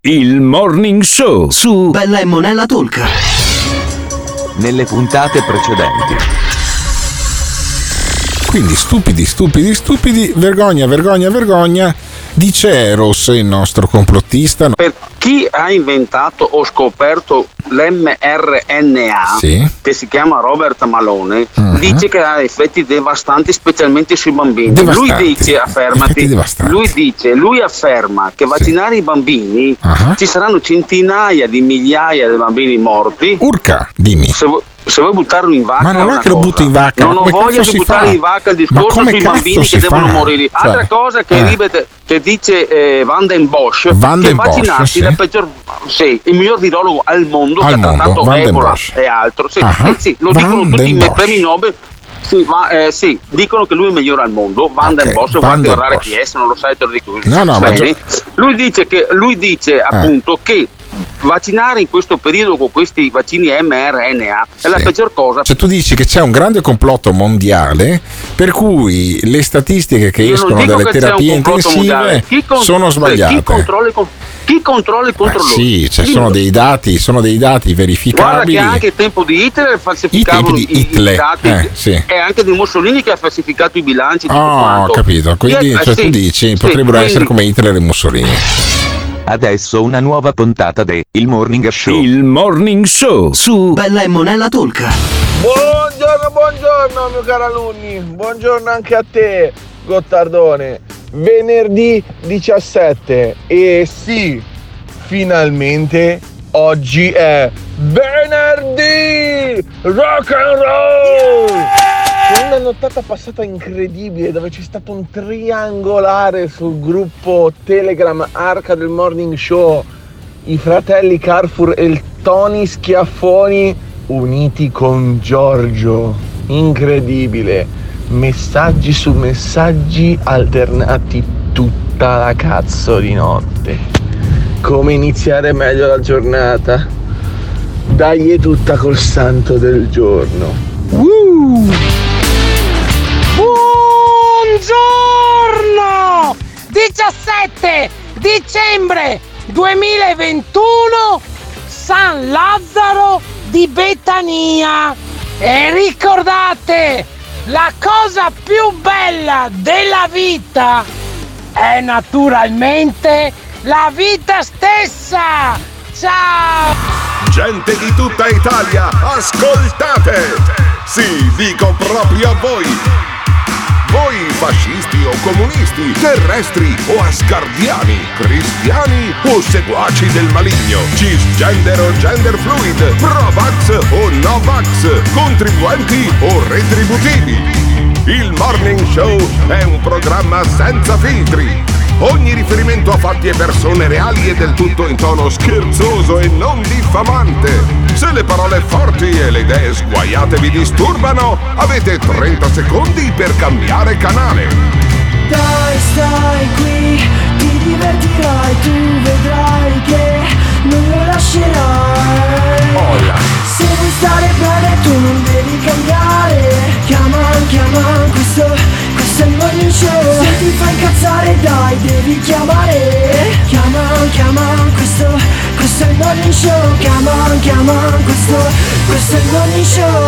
Il Morning Show su Bella e Monella Talk. Nelle puntate precedenti. Quindi stupidi, vergogna, dice Eros, il nostro complottista. Per chi ha inventato o scoperto l'mRNA, Sì. che si chiama Robert Malone, dice che ha effetti devastanti specialmente sui bambini. Devastanti. Lui afferma che vaccinare i bambini ci saranno centinaia di migliaia di bambini morti. Urca, dimmi. Se vuoi buttarlo in vacca, Ma non è che lo butti in vacca. non ho voglia di buttare in vacca il discorso sui bambini che devono morire. Altra cosa che dice Van den Bosch, che vaccinarsi è il miglior virologo al mondo che ha trattato Ebola e altro. Lo dicono tutti i premi Nobel. Dicono che lui è il migliore al mondo. Van den Bosch, guarda guardare chi è, se non lo sai te lo dico. Lui dice appunto che vaccinare in questo periodo con questi vaccini mRNA è la peggior cosa. Cioè tu dici che c'è un grande complotto mondiale per cui le statistiche che escono dalle terapie intensive sono sbagliate. Chi controlla i controllori? Sono dei dati verificabili. Guarda che anche il tempo di Hitler falsificavano i dati e anche di Mussolini che ha falsificato i bilanci. Ho capito. Quindi tu dici potrebbero essere come Hitler e Mussolini. Adesso una nuova puntata de Il Morning Show. Il Morning Show su Bella e Monella Talk. Buongiorno mio caro alunni, buongiorno anche a te Gottardone. Venerdì 17 e sì, finalmente oggi è venerdì rock and roll! Una nottata passata incredibile dove c'è stato un triangolare sul gruppo Telegram Arca del Morning Show, i fratelli Carrefour e il Tony Schiaffoni uniti con Giorgio, incredibile, messaggi su messaggi alternati tutta la cazzo di notte. Come iniziare meglio la giornata? Dai tutta col santo del giorno. Buongiorno! 17 dicembre 2021, San Lazzaro di Betania. E ricordate, la cosa più bella della vita è naturalmente la vita stessa. Ciao! Gente di tutta Italia, ascoltate! Sì, dico proprio a voi! Voi fascisti o comunisti, terrestri o asgardiani, cristiani o seguaci del maligno, cisgender o gender fluid, pro-vax o no-vax, contribuenti o retributivi. Il Morning Show è un programma senza filtri. Ogni riferimento a fatti e persone reali è del tutto in tono scherzoso e non diffamante. Se le parole forti e le idee sguaiate vi disturbano, avete 30 secondi per cambiare canale. Dai, stai qui, ti divertirai, tu vedrai che non lo lascerai. Se vuoi stare bene tu non devi cambiare. Chiama, questo è il Morning Show. Se ti fa incazzare dai, devi chiamare. Chiama, questo è il Morning Show. Chiama, questo è il Morning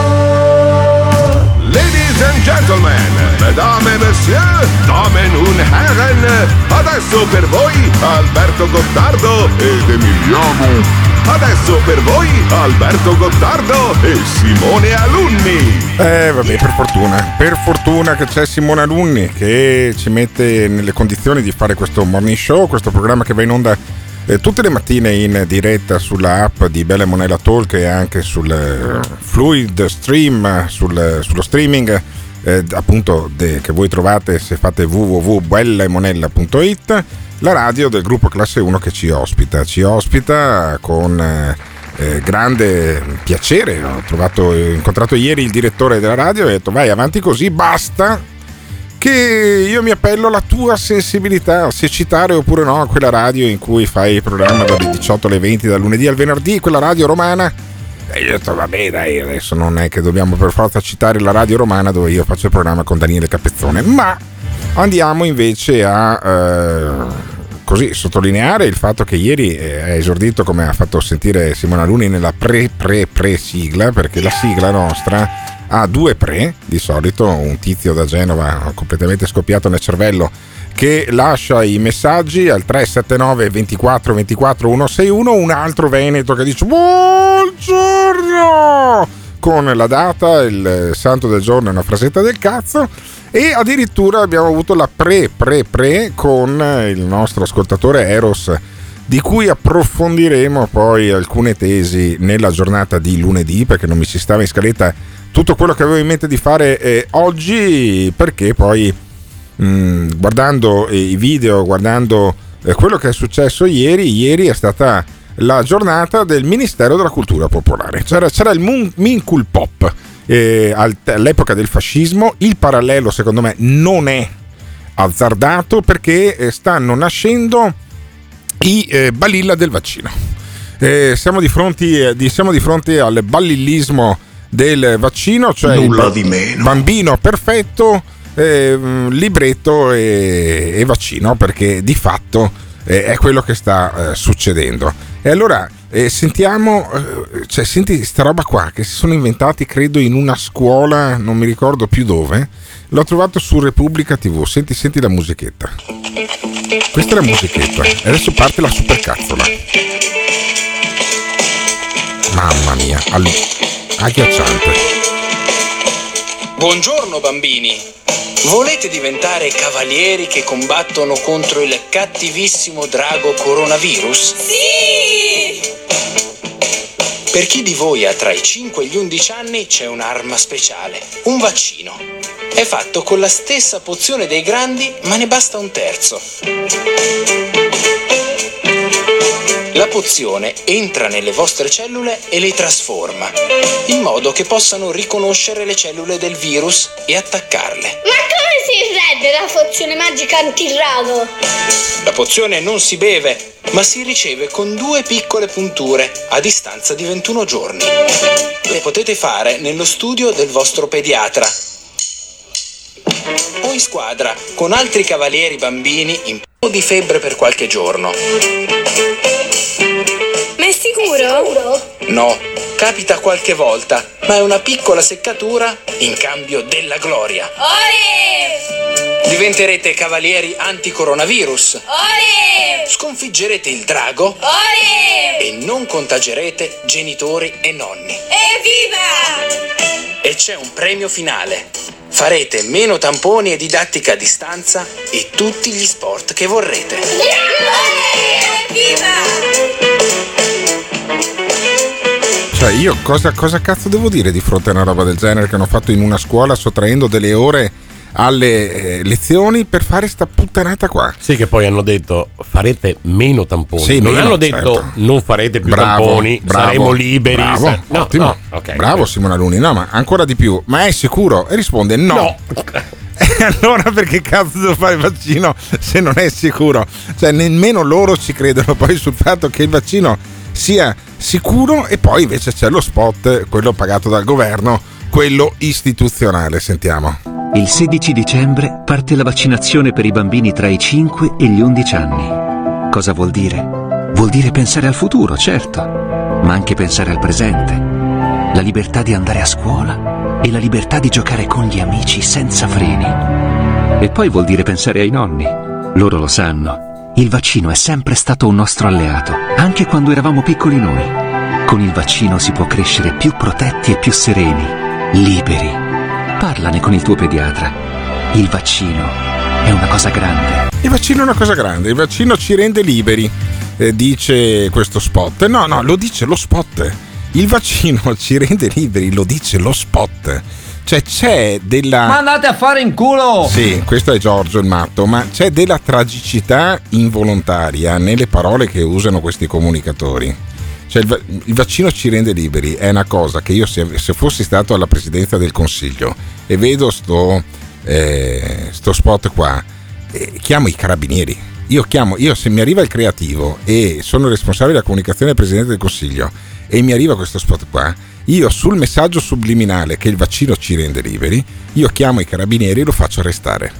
Show. Ladies and gentlemen, mesdames et messieurs, damen und herren, adesso per voi Alberto Gottardo ed Emiliano. Adesso per voi Alberto Gottardo e Simone Alunni. Vabbè, per fortuna che c'è Simone Alunni che ci mette nelle condizioni di fare questo Morning Show, questo programma che va in onda tutte le mattine in diretta sulla app di Bella e Monella Talk e anche sul Fluid Stream, sullo streaming appunto che voi trovate se fate www.bellaemonella.it, la radio del gruppo Classe 1 che ci ospita con grande piacere. Ho incontrato ieri il direttore della radio e ho detto vai avanti così, basta che io mi appello alla tua sensibilità, se citare oppure no quella radio in cui fai il programma dalle 18 alle 20 dal lunedì al venerdì, quella radio romana. E io ho detto vabbè dai, adesso non è che dobbiamo per forza citare la radio romana dove io faccio il programma con Daniele Capezzone, ma andiamo invece a così sottolineare il fatto che ieri è esordito, come ha fatto sentire Simona Alunni, nella pre sigla, perché la sigla nostra ha 2 pre di solito, un tizio da Genova completamente scoppiato nel cervello che lascia i messaggi al 379 24 24 161, un altro veneto che dice buongiorno con la data, il santo del giorno e una frasetta del cazzo, e addirittura abbiamo avuto la pre con il nostro ascoltatore Eros, di cui approfondiremo poi alcune tesi nella giornata di lunedì, perché non mi si stava in scaletta tutto quello che avevo in mente di fare oggi, perché poi guardando i video, guardando quello che è successo ieri è stata la giornata del Ministero della Cultura Popolare. C'era il Mincul Pop all'epoca del fascismo. Il parallelo secondo me non è azzardato, perché stanno nascendo i balilla del vaccino. Siamo di fronte al balillismo del vaccino, cioè nulla di meno, bambino perfetto, libretto e vaccino, perché di fatto è quello che sta succedendo. E allora sentiamo, senti sta roba qua che si sono inventati, credo in una scuola, non mi ricordo più dove, l'ho trovato su Repubblica TV. Senti la musichetta, questa è la musichetta, e adesso parte la supercazzola, mamma mia, agghiacciante. Buongiorno bambini, volete diventare cavalieri che combattono contro il cattivissimo drago coronavirus? Sì! Per chi di voi ha tra i 5 e gli 11 anni c'è un'arma speciale, un vaccino. È fatto con la stessa pozione dei grandi, ma ne basta un terzo. La pozione entra nelle vostre cellule e le trasforma, in modo che possano riconoscere le cellule del virus e attaccarle. Ma come si rende la pozione magica antirrago? La pozione non si beve, ma si riceve con 2 piccole punture a distanza di 21 giorni. Le potete fare nello studio del vostro pediatra o in squadra con altri cavalieri bambini in po' di febbre per qualche giorno. Ma è sicuro? No, capita qualche volta, ma è una piccola seccatura in cambio della gloria. Olè! Diventerete cavalieri anti-coronavirus. Olè! Sconfiggerete il drago. Olè! E non contagerete genitori e nonni. Evviva! E c'è un premio finale. Farete meno tamponi e didattica a distanza e tutti gli sport che vorrete. Cioè, io cosa cazzo devo dire di fronte a una roba del genere che hanno fatto in una scuola, sottraendo delle ore alle lezioni per fare sta puttanata qua? Sì, che poi hanno detto farete meno tamponi, sì, non meno, hanno detto certo. Non farete più tamponi, saremo liberi. Bravo, ottimo, no, okay, bravo Simona Alunni. No, ma ancora di più, ma è sicuro? E risponde no. E allora perché cazzo devo fare il vaccino se non è sicuro? Cioè nemmeno loro ci credono poi sul fatto che il vaccino sia sicuro, e poi invece c'è lo spot, quello pagato dal governo, quello istituzionale. Sentiamo. Il 16 dicembre parte la vaccinazione per i bambini tra i 5 e gli 11 anni. Cosa vuol dire? Vuol dire pensare al futuro, certo, ma anche pensare al presente. La libertà di andare a scuola e la libertà di giocare con gli amici senza freni. E poi vuol dire pensare ai nonni. Loro lo sanno. Il vaccino è sempre stato un nostro alleato, anche quando eravamo piccoli noi. Con il vaccino si può crescere più protetti e più sereni, liberi. Parlane con il tuo pediatra. Il vaccino è una cosa grande. Il vaccino è una cosa grande, il vaccino ci rende liberi, dice questo spot. No, lo dice lo spot. Il vaccino ci rende liberi, lo dice lo spot. Cioè c'è della... Ma andate a fare in culo! Sì, questo è Giorgio il matto, ma c'è della tragicità involontaria nelle parole che usano questi comunicatori. Cioè il vaccino ci rende liberi è una cosa che io se fossi stato alla presidenza del Consiglio e vedo sto spot qua, chiamo i carabinieri. Io se mi arriva il creativo e sono responsabile della comunicazione del Presidente del Consiglio e mi arriva questo spot qua, io sul messaggio subliminale che il vaccino ci rende liberi, io chiamo i carabinieri e lo faccio arrestare.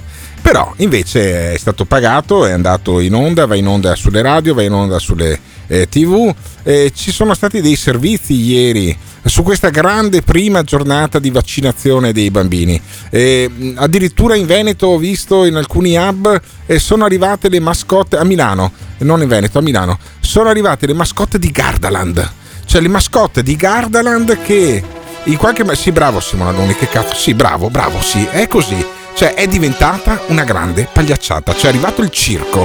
Però invece è stato pagato, è andato in onda, va in onda sulle radio, va in onda sulle TV. Ci sono stati dei servizi ieri su questa grande prima giornata di vaccinazione dei bambini. Addirittura in Veneto ho visto in alcuni hub sono arrivate le mascotte a Milano, non in Veneto, a Milano sono arrivate le mascotte di Gardaland, cioè le mascotte di Gardaland che in qualche sì, bravo Simonadoni, che cazzo, sì, bravo, sì, è così. Cioè è diventata una grande pagliacciata, cioè è arrivato il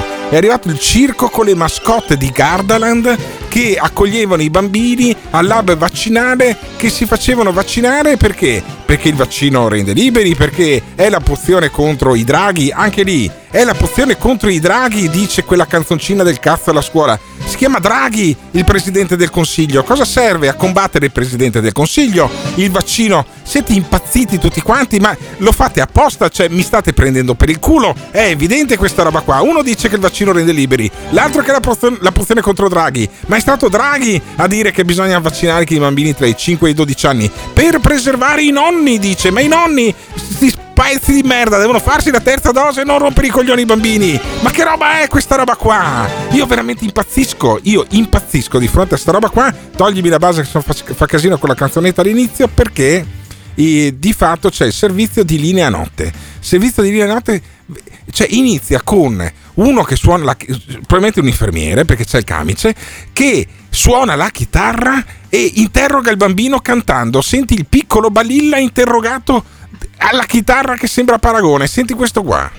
circo con le mascotte di Gardaland che accoglievano i bambini all'hub vaccinale, che si facevano vaccinare perché il vaccino rende liberi, perché è la pozione contro i draghi, anche lì è la pozione contro i draghi, dice quella canzoncina del cazzo alla scuola. Si chiama Draghi il Presidente del Consiglio. Cosa serve a combattere il Presidente del Consiglio? Il vaccino? Siete impazziti tutti quanti, ma lo fate apposta? Cioè mi state prendendo per il culo? È evidente questa roba qua. Uno dice che il vaccino rende liberi, l'altro che è la pozione contro Draghi. Ma è stato Draghi a dire che bisogna vaccinare i bambini tra i 5 e i 12 anni per preservare i nonni, dice. Ma i nonni, sti pezzi di merda, devono farsi la terza dose e non rompere i coglioni i bambini. Ma che roba è questa roba qua? Io veramente impazzisco di fronte a sta roba qua. Toglimi la base che fa casino con la canzonetta all'inizio, perché di fatto c'è il servizio di linea notte. Servizio di linea notte, cioè inizia con uno che suona probabilmente un infermiere, perché c'è il camice, che suona la chitarra e interroga il bambino cantando. Senti il piccolo Balilla interrogato alla chitarra che sembra Paragone. Senti questo qua.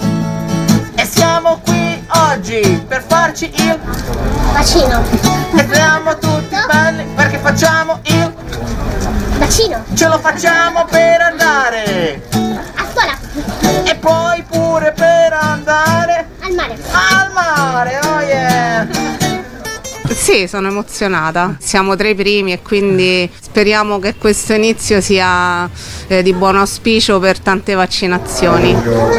E siamo qui oggi per farci il vaccino. E siamo tutti belli perché facciamo il vaccino. Ce lo facciamo per andare a scuola e poi pure per andare al mare. Al mare, oh yeah! Sì, sono emozionata. Siamo tra i primi e quindi speriamo che questo inizio sia di buon auspicio per tante vaccinazioni.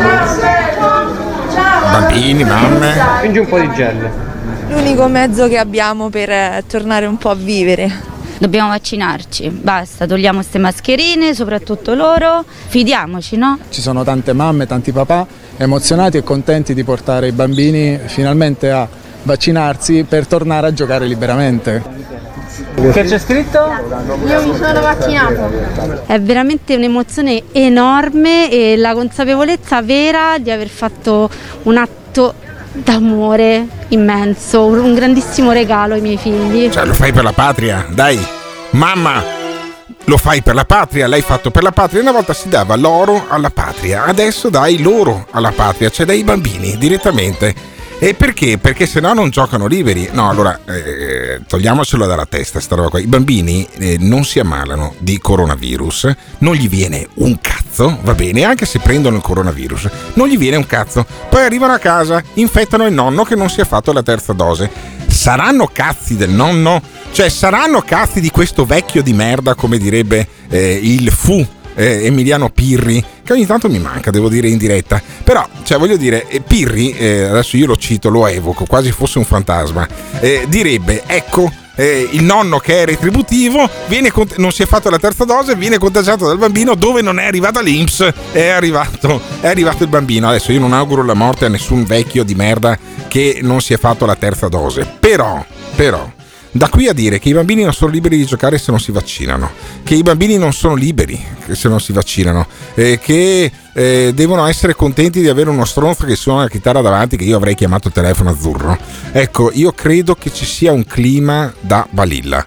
Bambini, mamme. Quindi un po' di gel. L'unico mezzo che abbiamo per tornare un po' a vivere. Dobbiamo vaccinarci, basta, togliamo queste mascherine, soprattutto loro, fidiamoci, no? Ci sono tante mamme, tanti papà emozionati e contenti di portare i bambini finalmente a vaccinarsi per tornare a giocare liberamente. Che c'è scritto? Io mi sono vaccinato. È veramente un'emozione enorme e la consapevolezza vera di aver fatto un atto d'amore immenso, un grandissimo regalo ai miei figli. Cioè lo fai per la patria, dai, mamma, lo fai per la patria, l'hai fatto per la patria. Una volta si dava l'oro alla patria, adesso dai l'oro alla patria, cioè dai bambini direttamente. E perché? Perché se no non giocano liberi. No, allora togliamocelo dalla testa sta roba qua. I bambini non si ammalano di coronavirus, non gli viene un cazzo, va bene, anche se prendono il coronavirus, non gli viene un cazzo. Poi arrivano a casa, infettano il nonno che non si è fatto la terza dose. Saranno cazzi del nonno? Cioè saranno cazzi di questo vecchio di merda, come direbbe il fu Emiliano Pirri, che ogni tanto mi manca, devo dire in diretta. Però, cioè voglio dire, Pirri, adesso io lo cito, lo evoco, quasi fosse un fantasma, direbbe, ecco, il nonno che è retributivo non si è fatto la terza dose, viene contagiato dal bambino, dove non è arrivata l'INPS, è arrivato il bambino. Adesso io non auguro la morte a nessun vecchio di merda che non si è fatto la terza dose, però da qui a dire che i bambini non sono liberi di giocare se non si vaccinano, che i bambini non sono liberi se non si vaccinano, che devono essere contenti di avere uno stronzo che suona la chitarra davanti, che io avrei chiamato telefono azzurro. Ecco, io credo che ci sia un clima da Balilla.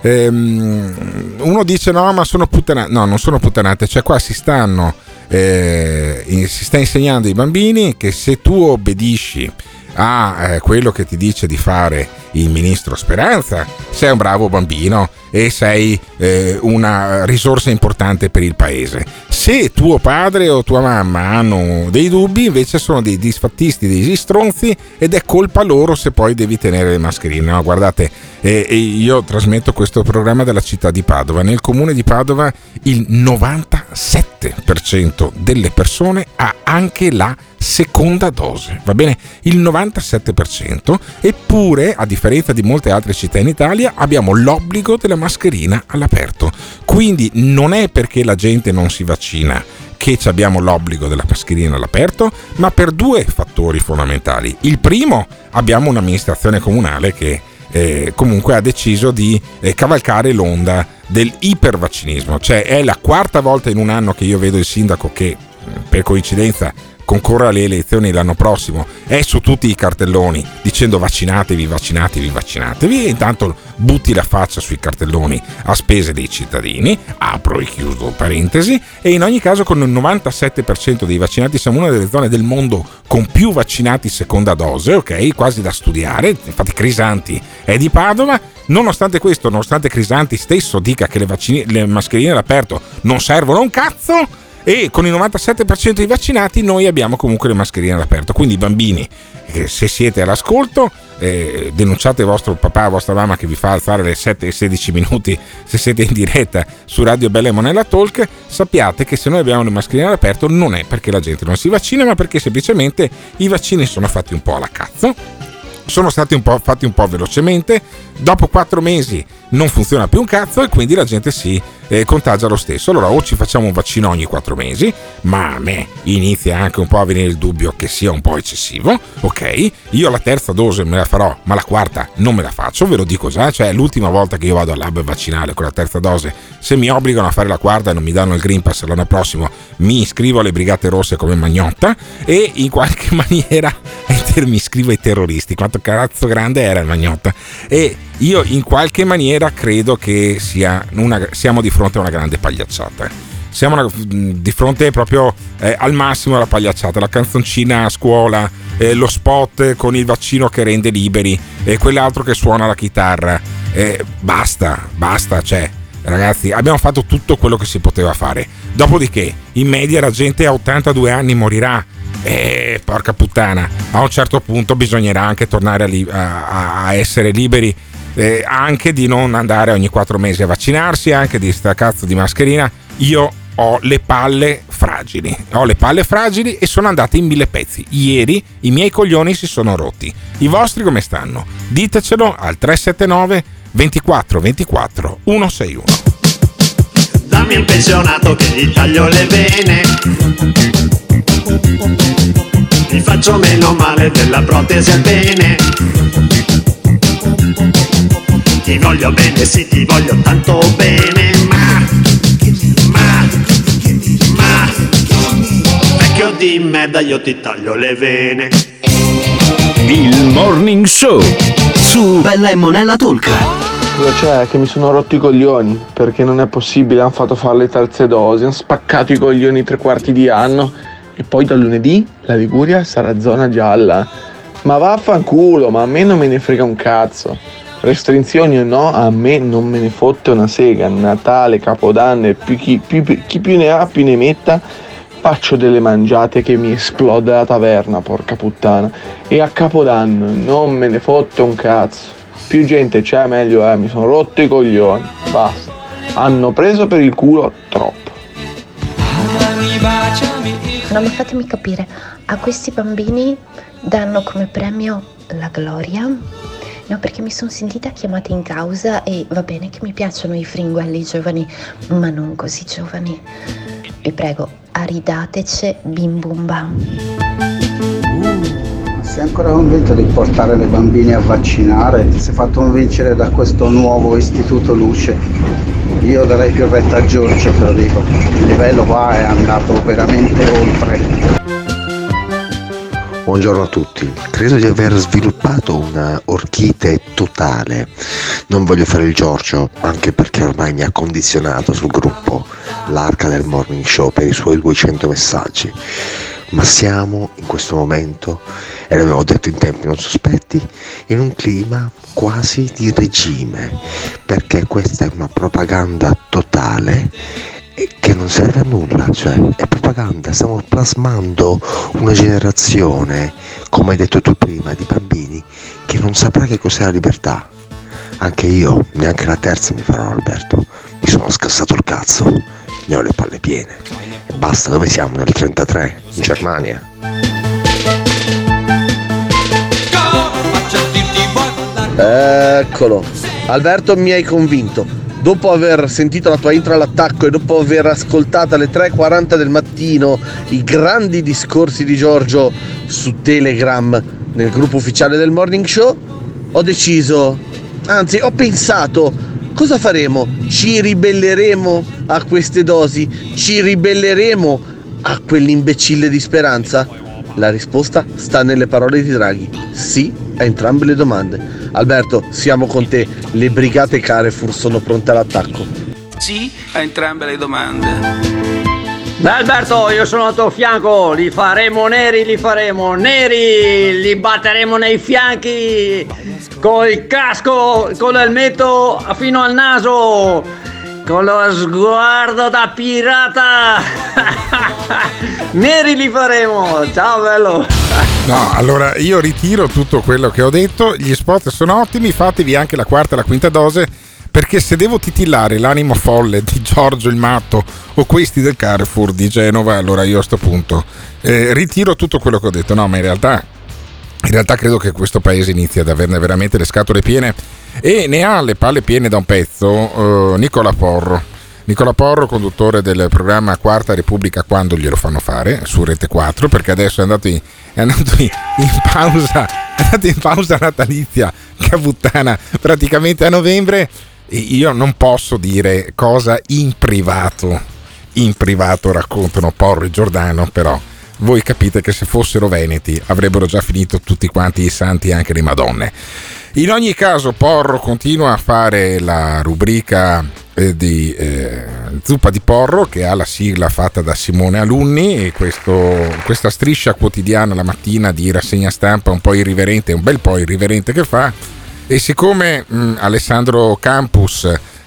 Uno dice no, ma sono puttanate. No, non sono puttanate, cioè qua si sta insegnando ai bambini che se tu obbedisci a quello che ti dice di fare il ministro Speranza, sei un bravo bambino e sei una risorsa importante per il paese. Se tuo padre o tua mamma hanno dei dubbi, invece sono dei disfattisti, dei stronzi, ed è colpa loro se poi devi tenere le mascherine. No, guardate, io trasmetto questo programma dalla città di Padova. Nel comune di Padova il 97% delle persone ha anche la seconda dose, va bene? Il 97%, eppure a differenza di molte altre città in Italia abbiamo l'obbligo della mascherina all'aperto. Quindi non è perché la gente non si vaccina, che abbiamo l'obbligo della mascherina all'aperto, ma per due fattori fondamentali. Il primo, abbiamo un'amministrazione comunale che comunque ha deciso di cavalcare l'onda del ipervaccinismo, cioè è la quarta volta in un anno che io vedo il sindaco che per coincidenza concorre alle elezioni l'anno prossimo, è su tutti i cartelloni dicendo vaccinatevi, vaccinatevi, vaccinatevi, e intanto butti la faccia sui cartelloni a spese dei cittadini, apro e chiudo parentesi, e in ogni caso con il 97% dei vaccinati siamo una delle zone del mondo con più vaccinati seconda dose, ok? Quasi da studiare, infatti Crisanti è di Padova. Nonostante questo, nonostante Crisanti stesso dica che le mascherine all'aperto non servono un cazzo, e con il 97% dei vaccinati noi abbiamo comunque le mascherine all'aperto. Quindi bambini, se siete all'ascolto, denunciate vostro papà, vostra mamma che vi fa alzare alle 7:16 minuti se siete in diretta su Radio Bella e Monella Talk. Sappiate che se noi abbiamo le mascherine all'aperto non è perché la gente non si vaccina, ma perché semplicemente i vaccini sono fatti un po' alla cazzo, sono stati fatti un po' velocemente, dopo 4 mesi non funziona più un cazzo e quindi la gente si contagia lo stesso. Allora o ci facciamo un vaccino ogni 4 mesi, ma a me inizia anche un po' a venire il dubbio che sia un po' eccessivo, ok? Io la terza dose me la farò, ma la quarta non me la faccio, ve lo dico già, cioè l'ultima volta che io vado al lab vaccinale con la terza dose, se mi obbligano a fare la quarta e non mi danno il Green Pass l'anno prossimo, mi iscrivo alle Brigate Rosse come Magnotta e in qualche maniera mi iscrivo ai terroristi. Quanto cazzo grande era il Magnotta! E io in qualche maniera credo che siamo di fronte a una grande pagliacciata. Siamo di fronte proprio al massimo della pagliacciata. La canzoncina a scuola, lo spot con il vaccino che rende liberi, quell'altro che suona la chitarra. Basta, cioè ragazzi, abbiamo fatto tutto quello che si poteva fare. Dopodiché in media la gente a 82 anni morirà. Porca puttana, a un certo punto bisognerà anche tornare a essere liberi, anche di non andare ogni 4 mesi a vaccinarsi, anche di sta cazzo di mascherina. Io ho le palle fragili e sono andate in 1000 pezzi. Ieri i miei coglioni si sono rotti. I vostri come stanno? Ditecelo al 379 24 24 161. Dammi un pensionato che gli taglio le vene, mi faccio meno male della protesi al pene. Ti voglio bene, sì, ti voglio tanto bene, ma vecchio di merda, io ti taglio le vene. Il Morning Show su Bella e Monella Talk. Cosa c'è? Che mi sono rotti i coglioni, perché non è possibile, hanno fatto fare le terze dosi, hanno spaccato i coglioni 3/4 di anno e poi da lunedì la Liguria sarà zona gialla. Ma vaffanculo, ma a me non me ne frega un cazzo. Restrizioni o no, a me non me ne fotte una sega. Natale, Capodanno e chi più ne ha più ne metta. Faccio delle mangiate che mi esplode la taverna, porca puttana. E a Capodanno non me ne fotte un cazzo. Più gente c'è meglio è, mi sono rotto i coglioni, basta. Hanno preso per il culo troppo. No, ma fatemi capire, a questi bambini danno come premio la gloria? No, perché mi sono sentita chiamata in causa e va bene che mi piacciono i fringuelli giovani, ma non così giovani. Vi prego, aridateci bim bum bam. Sei ancora convinto di portare le bambine a vaccinare? Ti sei fatto convincere da questo nuovo istituto Luce? Io darei più retta a Giorgio, te lo dico. Il livello qua è andato veramente oltre. Buongiorno a tutti, credo di aver sviluppato una orchite totale. Non voglio fare il Giorgio, anche perché ormai mi ha condizionato sul gruppo l'Arca del Morning Show per i suoi 200 messaggi. Ma siamo in questo momento, e l'abbiamo detto in tempi non sospetti, in un clima quasi di regime, perché questa è una propaganda totale che non serve a nulla, cioè è propaganda. Stiamo plasmando una generazione, come hai detto tu prima, di bambini che non saprà che cos'è la libertà. Anche io, neanche la terza mi farò, Alberto, mi sono scassato il cazzo, ne ho le palle piene e basta. Dove siamo? Nel 33, in Germania. Eccolo, Alberto, mi hai convinto. dopo aver sentito la tua intro all'attacco e dopo aver ascoltato alle 3:40 del mattino i grandi discorsi di Giorgio su Telegram nel gruppo ufficiale del Morning Show, ho deciso, anzi ho pensato, cosa faremo? Ci ribelleremo a queste dosi? Ci ribelleremo a quell'imbecille di Speranza? La risposta sta nelle parole di Draghi. Sì a entrambe le domande. Alberto, siamo con te. Le brigate Carrefour sono pronte all'attacco. Sì a entrambe le domande. Beh Alberto, io sono al tuo fianco, li faremo neri, li batteremo nei fianchi, col casco, con l'elmetto fino al naso, con lo sguardo da pirata, neri li faremo, ciao bello. No, allora io ritiro tutto quello che ho detto, gli spot sono ottimi, fatevi anche la quarta e la quinta dose, perché se devo titillare l'animo folle di Giorgio il Matto o questi del Carrefour di Genova, allora io a sto punto ritiro tutto quello che ho detto. No, ma in realtà credo che questo paese inizi ad averne veramente le scatole piene, e ne ha le palle piene da un pezzo Nicola Porro, conduttore del programma Quarta Repubblica quando glielo fanno fare su Rete 4, perché adesso è andato in pausa natalizia, che puttana, praticamente a novembre. Io non posso dire cosa in privato raccontano Porro e Giordano, però voi capite che se fossero veneti avrebbero già finito tutti quanti i santi e anche le madonne. In ogni caso Porro continua a fare la rubrica di Zuppa di Porro, che ha la sigla fatta da Simone Alunni, e questa striscia quotidiana la mattina di rassegna stampa un bel po' irriverente che fa. E siccome Alessandro Campus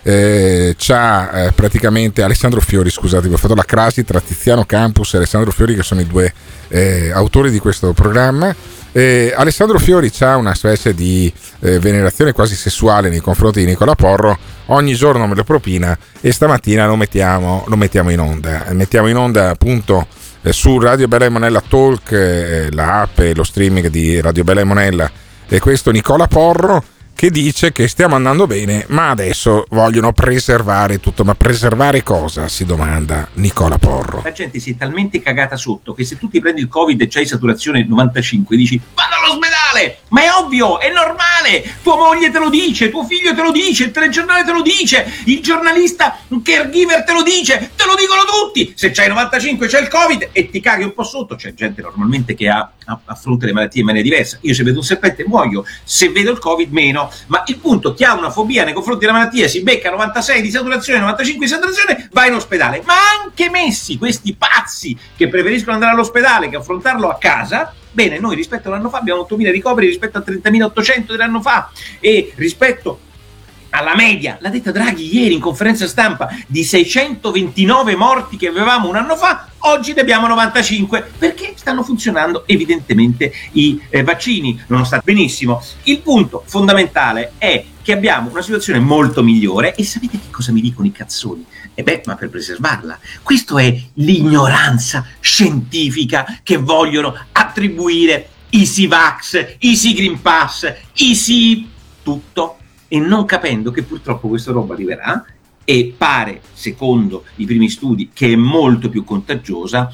Alessandro Fiori, scusate, ho fatto la crasi tra Tiziano Campus e Alessandro Fiori, che sono i due autori di questo programma. Alessandro Fiori c'ha una specie di venerazione quasi sessuale nei confronti di Nicola Porro, ogni giorno me lo propina, e stamattina lo mettiamo in onda appunto su Radio Bella e Monella Talk, la app e lo streaming di Radio Bella e Monella. E questo Nicola Porro che dice che stiamo andando bene, ma adesso vogliono preservare tutto. Ma preservare cosa? Si domanda Nicola Porro. La gente si è talmente cagata sotto che se tu ti prendi il Covid e c'hai saturazione 95 dici vado all'ospedale, ma è ovvio, è normale, tua moglie te lo dice, tuo figlio te lo dice, il telegiornale te lo dice, il giornalista caregiver te lo dice, te lo dicono tutti. Se c'hai 95 c'hai il Covid e ti caghi un po' sotto. C'è gente normalmente che affronta le malattie in maniera diversa. Io se vedo un serpente muoio, se vedo il Covid meno. Ma il punto, chi ha una fobia nei confronti della malattia si becca 96 di saturazione, 95 di saturazione, va in ospedale. Ma anche messi questi pazzi che preferiscono andare all'ospedale che affrontarlo a casa, bene, noi rispetto all'anno fa abbiamo 8.000 ricoveri rispetto a 30.800 dell'anno fa, e rispetto alla media, l'ha detta Draghi ieri in conferenza stampa, di 629 morti che avevamo un anno fa, oggi ne abbiamo 95, perché stanno funzionando evidentemente i vaccini, nonostante benissimo. Il punto fondamentale è che abbiamo una situazione molto migliore, e sapete che cosa mi dicono i cazzoni? Ma per preservarla. Questo è l'ignoranza scientifica che vogliono attribuire Easy Vax, Easy Green Pass, Easy tutto, e non capendo che purtroppo questa roba arriverà, e pare, secondo i primi studi, che è molto più contagiosa,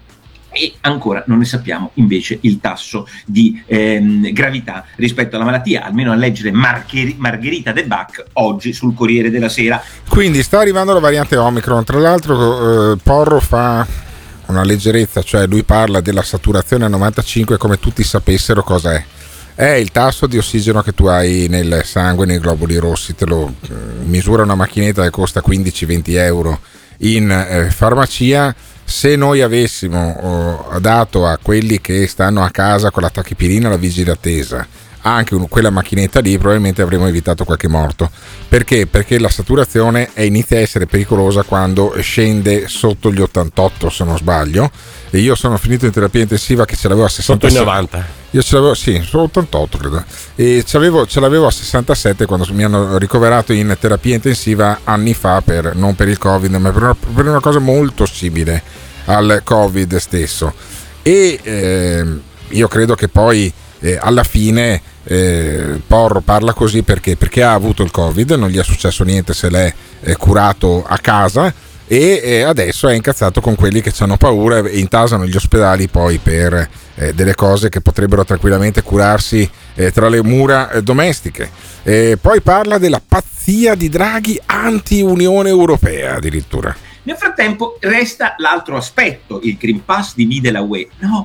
e ancora non ne sappiamo invece il tasso di gravità rispetto alla malattia, almeno a leggere Margherita De Bach oggi sul Corriere della Sera. Quindi sta arrivando la variante Omicron. Tra l'altro Porro fa una leggerezza, cioè lui parla della saturazione a 95 come tutti sapessero cosa è. È il tasso di ossigeno che tu hai nel sangue, nei globuli rossi. Te lo misura una macchinetta che costa 15-20 euro in farmacia. Se noi avessimo dato a quelli che stanno a casa con la tachipirina, la vigile attesa, anche quella macchinetta lì, probabilmente avremmo evitato qualche morto. Perché? Perché la saturazione inizia a essere pericolosa quando scende sotto gli 88, se non sbaglio, e io sono finito in terapia intensiva che ce l'avevo a 67. Sotto i 90. Io ce l'avevo, sì, su 88 credo, e ce l'avevo a 67 quando mi hanno ricoverato in terapia intensiva anni fa, non per il Covid, ma per una cosa molto simile al Covid stesso. E io credo che poi alla fine Porro parla così perché ha avuto il Covid, non gli è successo niente, se l'è curato a casa, e adesso è incazzato con quelli che hanno paura e intasano gli ospedali poi per delle cose che potrebbero tranquillamente curarsi tra le mura domestiche. Poi parla della pazzia di Draghi anti-Unione Europea addirittura. Nel frattempo resta l'altro aspetto: il Green Pass divide la UE. No,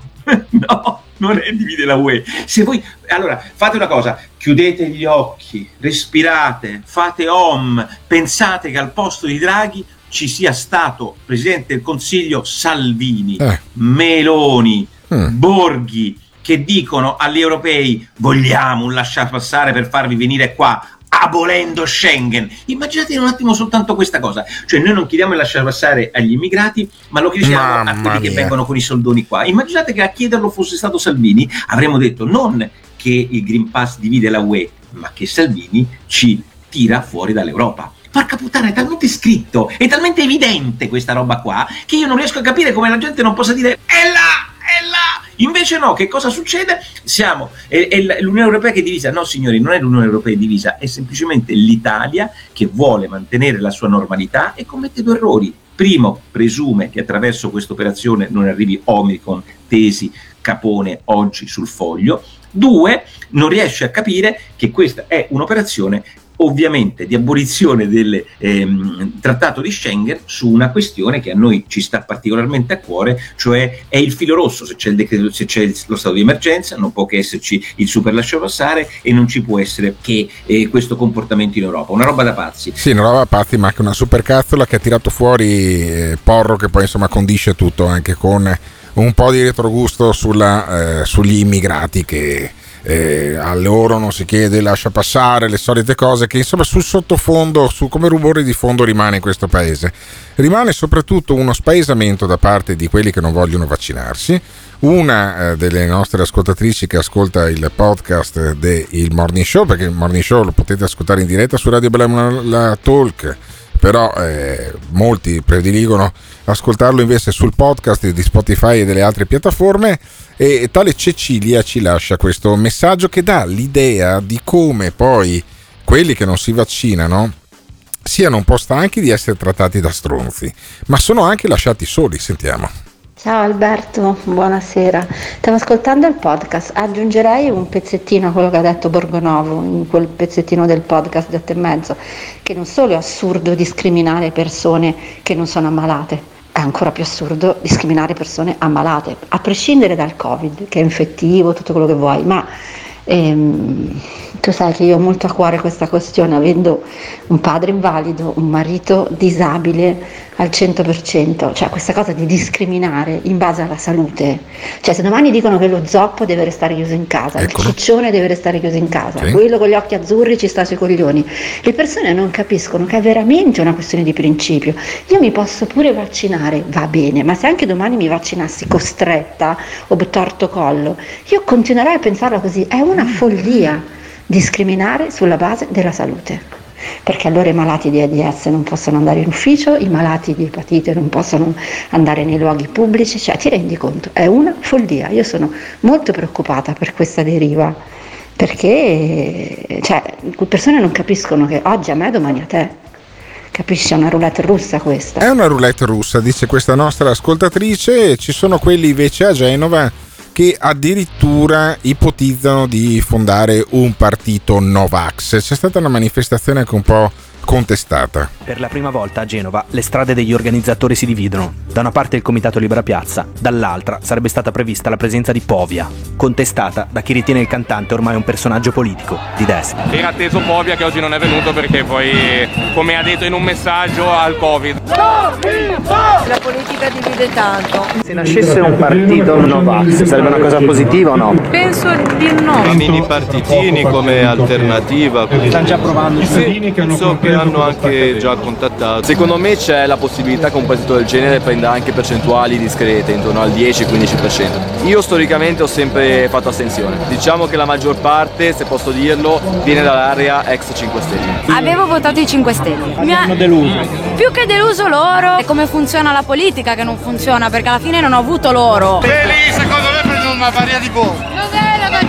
non è divide la UE. Se voi, allora, fate una cosa: chiudete gli occhi, respirate, fate OM, pensate che al posto di Draghi ci sia stato Presidente del Consiglio Salvini, Meloni, Borghi, che dicono agli europei: vogliamo un lasciapassare per farvi venire qua, abolendo Schengen. Immaginate un attimo soltanto questa cosa, cioè noi non chiediamo il lasciapassare agli immigrati, ma lo chiediamo a quelli che vengono con i soldoni qua. Immaginate che a chiederlo fosse stato Salvini, avremmo detto non che il Green Pass divide la UE, ma che Salvini ci tira fuori dall'Europa. Porca puttana, è talmente scritto, è talmente evidente questa roba qua, che io non riesco a capire come la gente non possa dire è là. Invece no, che cosa succede? È l'Unione Europea che è divisa. No signori, non è l'Unione Europea divisa, è semplicemente l'Italia che vuole mantenere la sua normalità e commette due errori. Primo, presume che attraverso questa operazione non arrivi Omicron, tesi, Capone oggi sul Foglio. Due, non riesce a capire che questa è un'operazione ovviamente di abolizione del trattato di Schengen su una questione che a noi ci sta particolarmente a cuore, cioè è il filo rosso. Se c'è il decreto, se c'è lo stato di emergenza, non può che esserci il super lasciapassare e non ci può essere che questo comportamento in Europa, una roba da pazzi. Sì, una roba da pazzi, ma anche una supercazzola che ha tirato fuori Porro, che poi insomma condisce tutto anche con un po' di retrogusto sugli immigrati che a loro non si chiede lascia passare, le solite cose che insomma sul sottofondo, su come rumore di fondo rimane in questo paese. Rimane soprattutto uno spaesamento da parte di quelli che non vogliono vaccinarsi. Una delle nostre ascoltatrici che ascolta il podcast del Morning Show, perché il Morning Show lo potete ascoltare in diretta su Radio Bella Talk, però molti prediligono ascoltarlo invece sul podcast di Spotify e delle altre piattaforme, e tale Cecilia ci lascia questo messaggio che dà l'idea di come poi quelli che non si vaccinano siano un po' stanchi di essere trattati da stronzi, ma sono anche lasciati soli. Sentiamo. Ciao Alberto, buonasera. Stavo ascoltando il podcast, aggiungerei un pezzettino a quello che ha detto Borgonovo, in quel pezzettino del podcast detto e mezzo, che non solo è assurdo discriminare persone che non sono ammalate, è ancora più assurdo discriminare persone ammalate, a prescindere dal Covid, che è infettivo, tutto quello che vuoi, ma tu sai che io ho molto a cuore questa questione, avendo un padre invalido, un marito disabile al 100%, cioè questa cosa di discriminare in base alla salute, cioè se domani dicono che lo zoppo deve restare chiuso in casa, il ciccione deve restare chiuso in casa, quello con gli occhi azzurri ci sta sui coglioni, le persone non capiscono che è veramente una questione di principio. Io mi posso pure vaccinare, va bene, ma se anche domani mi vaccinassi costretta o torto collo, io continuerei a pensarla così. È una follia discriminare sulla base della salute, perché allora i malati di AIDS non possono andare in ufficio, i malati di epatite non possono andare nei luoghi pubblici, cioè ti rendi conto? È una follia. Io sono molto preoccupata per questa deriva, perché le persone non capiscono che oggi a me, domani a te. Capisci? È una roulette russa questa. È una roulette russa, dice questa nostra ascoltatrice. Ci sono quelli invece a Genova che addirittura ipotizzano di fondare un partito Novax. C'è stata una manifestazione anche un po' contestata. Per la prima volta a Genova le strade degli organizzatori si dividono. Da una parte il Comitato Libera Piazza, dall'altra sarebbe stata prevista la presenza di Povia, contestata da chi ritiene il cantante ormai un personaggio politico di destra. Era atteso Povia, che oggi non è venuto perché poi, come ha detto in un messaggio, ha il Covid. La politica divide tanto. Se nascesse un partito Novax sarebbe una cosa positiva o no? Penso di no. Mini partitini come alternativa. Stanno già provando i sì, so che hanno anche già contattato. Secondo me c'è la possibilità che un partito del genere prenda anche percentuali discrete, intorno al 10-15%. Io storicamente ho sempre fatto astensione. Diciamo che la maggior parte, se posso dirlo, viene dall'area ex 5 Stelle. Avevo votato i 5 Stelle. Mi hanno deluso. Più che deluso loro, è come funziona la politica che non funziona, perché alla fine non ho avuto loro. E lì secondo me prendono una varia di boh. Cos'è la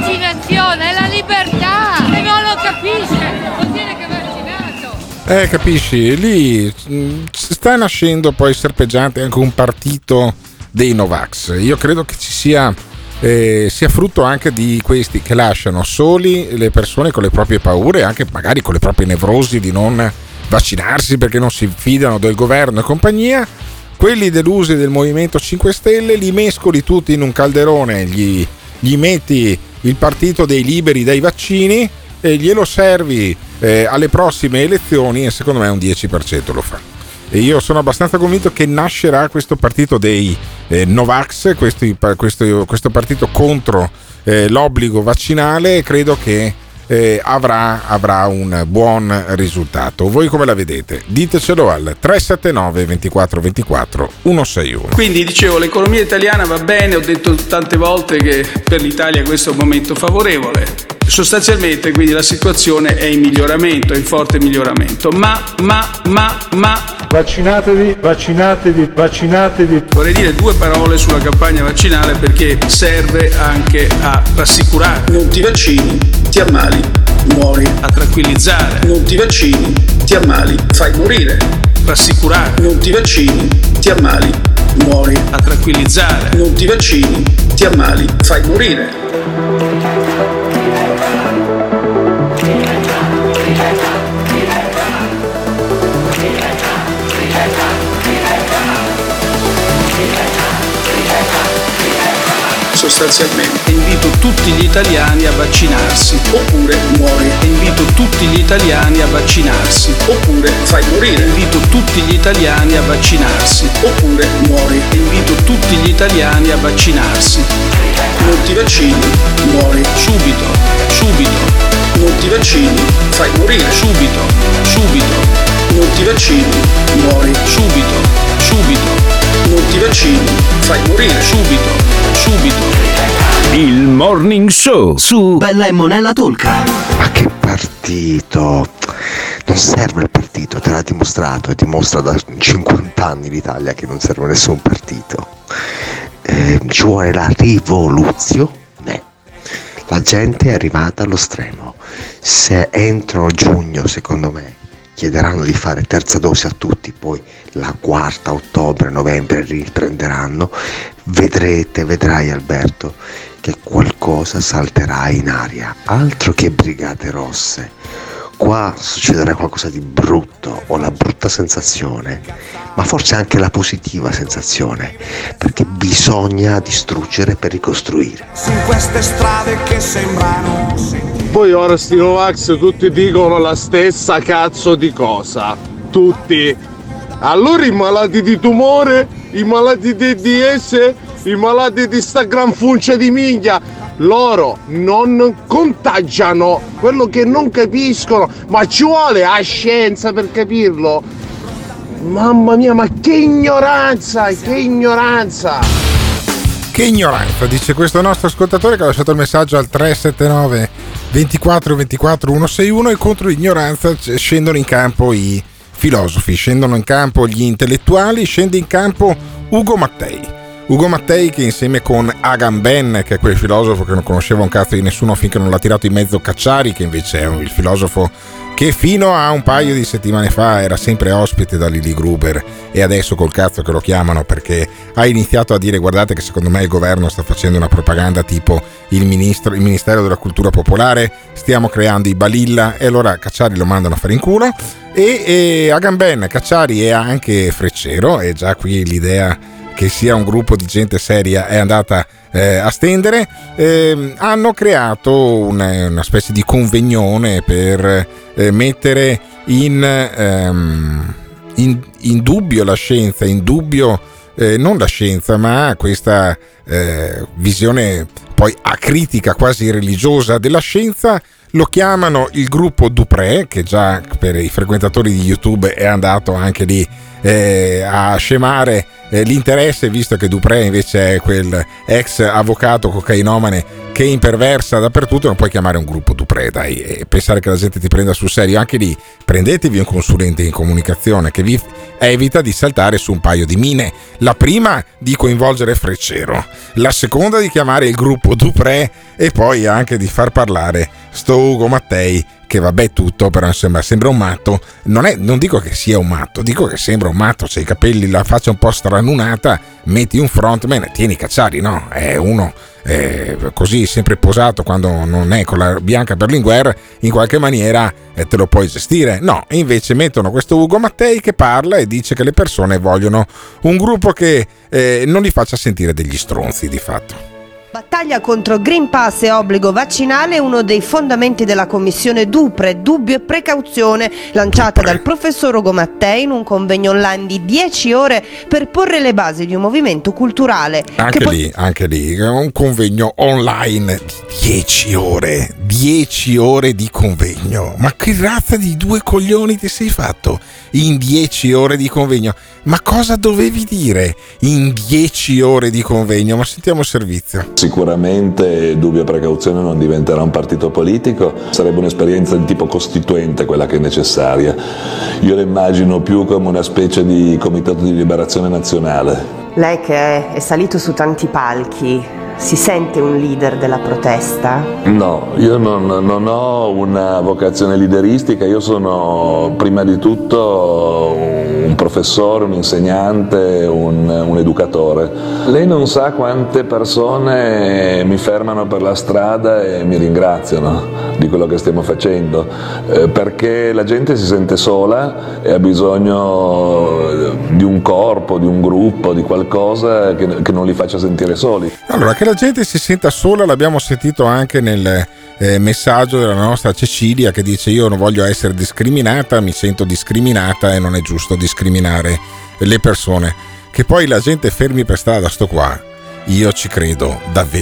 vaccinazione, è la libertà. Se non lo capisce, vuol dire che è vaccinato. Capisci? Lì sta nascendo poi serpeggiante anche un partito dei Novax. Io credo che ci sia frutto anche di questi che lasciano soli le persone con le proprie paure, anche magari con le proprie nevrosi di non vaccinarsi perché non si fidano del governo e compagnia. Quelli delusi del Movimento 5 Stelle li mescoli tutti in un calderone, gli metti il partito dei liberi dai vaccini e glielo servi alle prossime elezioni e secondo me un 10% lo fa. E io sono abbastanza convinto che nascerà questo partito dei Novax, questo partito contro l'obbligo vaccinale, e credo che avrà un buon risultato. Voi come la vedete? Ditecelo al 379 24 24 161. Quindi dicevo, l'economia italiana va bene, ho detto tante volte che per l'Italia questo è un momento favorevole. Sostanzialmente quindi la situazione è in miglioramento, è in forte miglioramento, ma vaccinatevi. Vorrei dire due parole sulla campagna vaccinale perché serve anche a rassicurare. Non ti vaccini, ti ammali, muori. A tranquillizzare. Non ti vaccini, ti ammali, fai morire. Rassicurare. Non ti vaccini, ti ammali, muori. A tranquillizzare. Non ti vaccini, ti ammali, fai morire. Sostanzialmente invito tutti gli italiani a vaccinarsi oppure muori. Invito tutti gli italiani a vaccinarsi oppure fai morire. Invito tutti gli italiani a vaccinarsi oppure muori. Invito tutti gli italiani a vaccinarsi. Non ti vaccini, muori subito. Non ti vaccini, fai morire subito. Non ti vaccini, muori subito. Non ti vaccini, fai morire subito. Il Morning Show su Bella e Monella Tolca. Ma che partito? Non serve il partito, te l'ha dimostrato e dimostra da 50 anni l'Italia che non serve nessun partito. Ci vuole la rivoluzione. La gente è arrivata allo stremo. Se entro giugno, secondo me, chiederanno di fare terza dose a tutti, poi la quarta, ottobre, novembre riprenderanno, vedrai Alberto che qualcosa salterà in aria. Altro che brigate rosse, qua succederà qualcosa di brutto. Ho la brutta sensazione, ma forse anche la positiva sensazione, perché bisogna distruggere per ricostruire. Su queste strade che sembrano. Poi ora sti Novax tutti dicono la stessa cazzo di cosa. Tutti. Allora i malati di tumore, i malati di AIDS, i malati di sta gran funcia di minchia, loro non contagiano. Quello che non capiscono, ma ci vuole la scienza per capirlo. Mamma mia, ma che ignoranza, che ignoranza. Che ignoranza, dice questo nostro ascoltatore che ha lasciato il messaggio al 379 24 24 161, e contro l'ignoranza scendono in campo i filosofi, scendono in campo gli intellettuali, scende in campo Ugo Mattei che insieme con Agamben, che è quel filosofo che non conosceva un cazzo di nessuno finché non l'ha tirato in mezzo Cacciari, che invece è il filosofo che fino a un paio di settimane fa era sempre ospite da Lili Gruber, e adesso col cazzo che lo chiamano perché ha iniziato a dire: guardate che secondo me il governo sta facendo una propaganda tipo il Ministero della Cultura Popolare, stiamo creando i Balilla, e allora Cacciari lo mandano a fare in culo. E Agamben, Cacciari e anche Freccero, e già qui l'idea che sia un gruppo di gente seria è andata a stendere, hanno creato una specie di convegnone per mettere in dubbio la scienza, in dubbio non la scienza ma questa visione poi acritica, quasi religiosa della scienza. Lo chiamano il gruppo Dupré, che già per i frequentatori di YouTube è andato anche lì a scemare l'interesse, visto che Dupré invece è quel ex avvocato cocainomane che imperversa dappertutto. Non puoi chiamare un gruppo Dupré, dai, e pensare che la gente ti prenda sul serio. Anche lì prendetevi un consulente in comunicazione che vi evita di saltare su un paio di mine. La prima di coinvolgere Freccero, la seconda di chiamare il gruppo Dupré e poi anche di far parlare sto Ugo Mattei, che vabbè tutto, però sembra un matto. Non dico che sia un matto, dico che sembra un matto. C'è i capelli, la faccia un po' stranunata, metti un frontman, tieni Cacciari, no? È uno così sempre posato quando non è con la bianca Berlinguer, in qualche maniera te lo puoi gestire. No, invece mettono questo Ugo Mattei che parla e dice che le persone vogliono un gruppo che non li faccia sentire degli stronzi di fatto. Battaglia contro Green Pass e obbligo vaccinale è uno dei fondamenti della commissione Dupre, dubbio e precauzione, lanciata dal professor Ugo Mattei in un convegno online di 10 ore per porre le basi di un movimento culturale. Anche lì, un convegno online di 10 ore di convegno. Ma che razza di due coglioni ti sei fatto in 10 ore di convegno? Ma cosa dovevi dire in 10 ore di convegno? Ma sentiamo il servizio. Sicuramente dubbio e precauzione non diventerà un partito politico, sarebbe un'esperienza di tipo costituente quella che è necessaria. Io la immagino più come una specie di comitato di liberazione nazionale. Lei che è salito su tanti palchi, si sente un leader della protesta? No, io non ho una vocazione lideristica, io sono prima di tutto un professore, un insegnante, un educatore. Lei non sa quante persone mi fermano per la strada e mi ringraziano di quello che stiamo facendo, perché la gente si sente sola e ha bisogno di un corpo, di un gruppo, di qualcosa che non li faccia sentire soli. Allora, che la gente si senta sola l'abbiamo sentito anche nel messaggio della nostra Cecilia, che dice: io non voglio essere discriminata, mi sento discriminata e non è giusto discriminare le persone. Che poi la gente fermi per strada, sto qua, io ci credo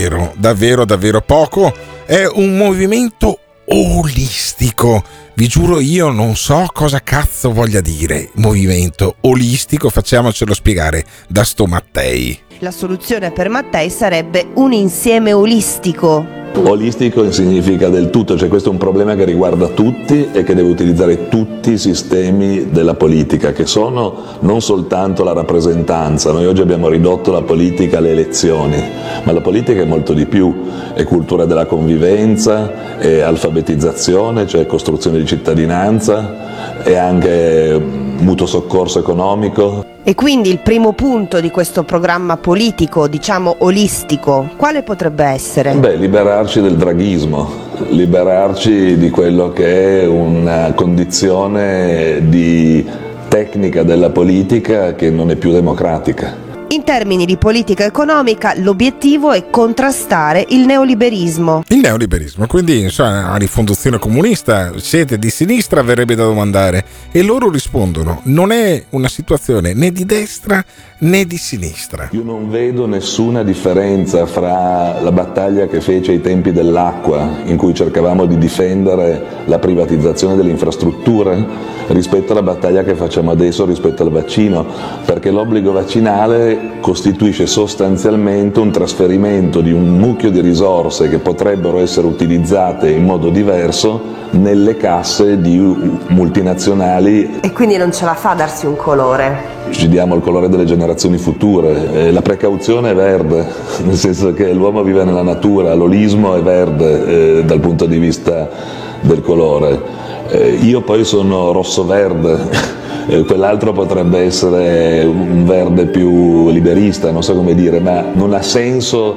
davvero poco. È un movimento olistico, vi giuro, io non so cosa cazzo voglia dire movimento olistico, facciamocelo spiegare da sto Mattei. La soluzione per Mattei sarebbe un insieme olistico. Olistico significa del tutto, cioè questo è un problema che riguarda tutti e che deve utilizzare tutti i sistemi della politica, che sono non soltanto la rappresentanza. Noi oggi abbiamo ridotto la politica alle elezioni, ma la politica è molto di più, è cultura della convivenza, è alfabetizzazione, cioè costruzione di cittadinanza, è anche mutuo soccorso economico. E quindi il primo punto di questo programma politico, diciamo olistico, quale potrebbe essere? Liberarci del draghismo, liberarci di quello che è una condizione di tecnica della politica che non è più democratica. In termini di politica economica, l'obiettivo è contrastare il neoliberismo. Il neoliberismo, quindi insomma, una rifondazione comunista, siete di sinistra, verrebbe da domandare. E loro rispondono: non è una situazione né di destra né di sinistra. Io non vedo nessuna differenza fra la battaglia che fece ai tempi dell'acqua, in cui cercavamo di difendere la privatizzazione delle infrastrutture, rispetto alla battaglia che facciamo adesso rispetto al vaccino, perché l'obbligo vaccinale costituisce sostanzialmente un trasferimento di un mucchio di risorse che potrebbero essere utilizzate in modo diverso nelle casse di multinazionali. E quindi non ce la fa a darsi un colore? Ci diamo il colore delle generazioni future. La precauzione è verde, nel senso che l'uomo vive nella natura, l'olismo è verde dal punto di vista del colore. Io poi sono rosso-verde. Quell'altro potrebbe essere un verde più liberista, non so come dire, ma non ha senso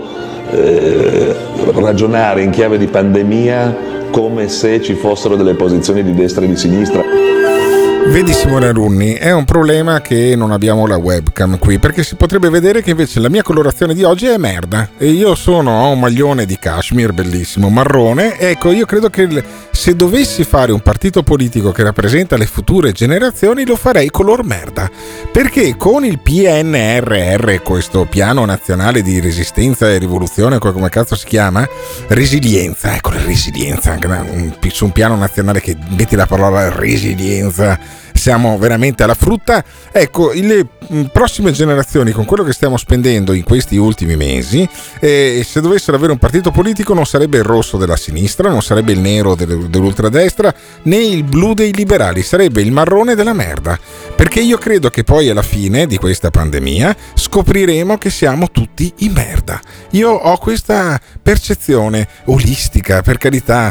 ragionare in chiave di pandemia come se ci fossero delle posizioni di destra e di sinistra. Vedi Simone Alunni, è un problema che non abbiamo la webcam qui, perché si potrebbe vedere che invece la mia colorazione di oggi è merda e io ho un maglione di cashmere bellissimo, marrone. Ecco, io credo che se dovessi fare un partito politico che rappresenta le future generazioni lo farei color merda, perché con il PNRR, questo piano nazionale di resistenza e rivoluzione, come cazzo si chiama? Resilienza, ecco la resilienza, anche su un piano nazionale che metti la parola resilienza siamo veramente alla frutta. Ecco, le prossime generazioni, con quello che stiamo spendendo in questi ultimi mesi, se dovessero avere un partito politico, non sarebbe il rosso della sinistra, non sarebbe il nero dell'ultradestra, né il blu dei liberali, sarebbe il marrone della merda, perché io credo che poi alla fine di questa pandemia scopriremo che siamo tutti in merda. Io ho questa percezione olistica, per carità.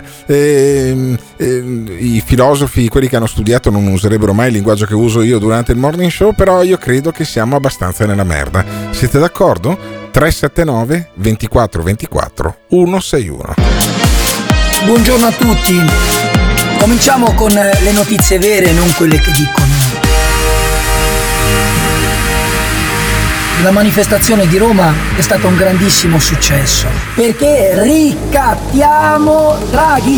I filosofi, quelli che hanno studiato, non userebbero mai il linguaggio che uso io durante il morning show, però io credo che siamo abbastanza nella merda. Siete d'accordo? 379 24 24 161. Buongiorno a tutti. Cominciamo con le notizie vere, non quelle che dicono. La manifestazione di Roma è stata un grandissimo successo perché ricattiamo Draghi.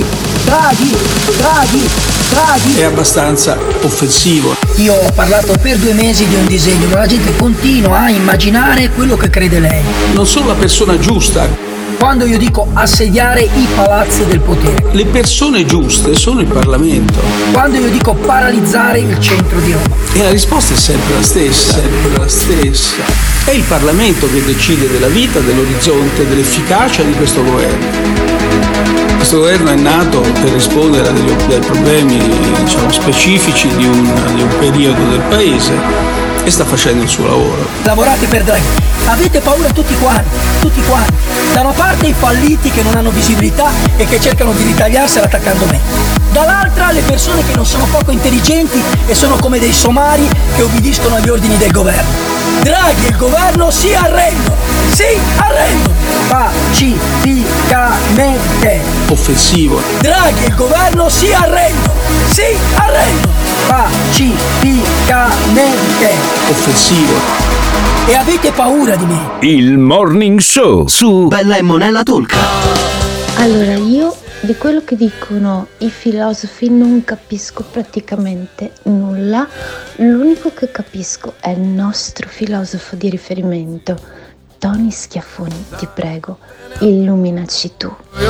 È abbastanza offensivo. Io ho parlato per 2 mesi di un disegno, ma la gente continua a immaginare quello che crede lei. Non sono la persona giusta. Quando io dico assediare i palazzi del potere, le persone giuste sono il Parlamento. Quando io dico paralizzare il centro di Roma, e la risposta è sempre la stessa. È il Parlamento che decide della vita, dell'orizzonte, dell'efficacia di questo governo. Questo governo è nato per rispondere ai problemi, specifici di un periodo del Paese, e sta facendo il suo lavoro. Lavorate per Draghi, avete paura tutti quanti. Da una parte i falliti che non hanno visibilità e che cercano di ritagliarsela attaccando me. Dall'altra le persone che non sono poco intelligenti e sono come dei somari che obbediscono agli ordini del governo. Draghi e il governo si arrendono. Pacificamente. Offensivo. Draghi e il governo si arrendono. Pacificamente. Offensivo. E avete paura di me. Il morning show su Bella e Monella Talk. Allora, io di quello che dicono i filosofi non capisco praticamente nulla. L'unico che capisco è il nostro filosofo di riferimento, Tony Schiaffoni. Ti prego, illuminaci tu.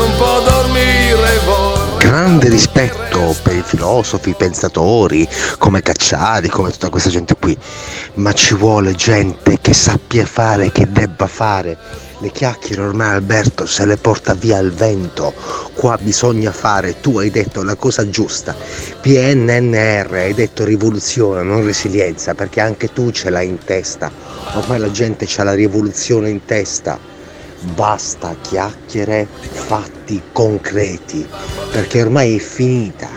Grande rispetto per i filosofi, i pensatori, come Cacciari, come tutta questa gente qui, ma ci vuole gente che sappia fare, che debba fare. Le chiacchiere ormai, Alberto, se le porta via il vento. Qua bisogna fare, tu hai detto la cosa giusta, PNNR, hai detto rivoluzione, non resilienza, perché anche tu ce l'hai in testa. Ormai la gente c'ha la rivoluzione in testa. Basta chiacchiere, fatti concreti, perché ormai è finita.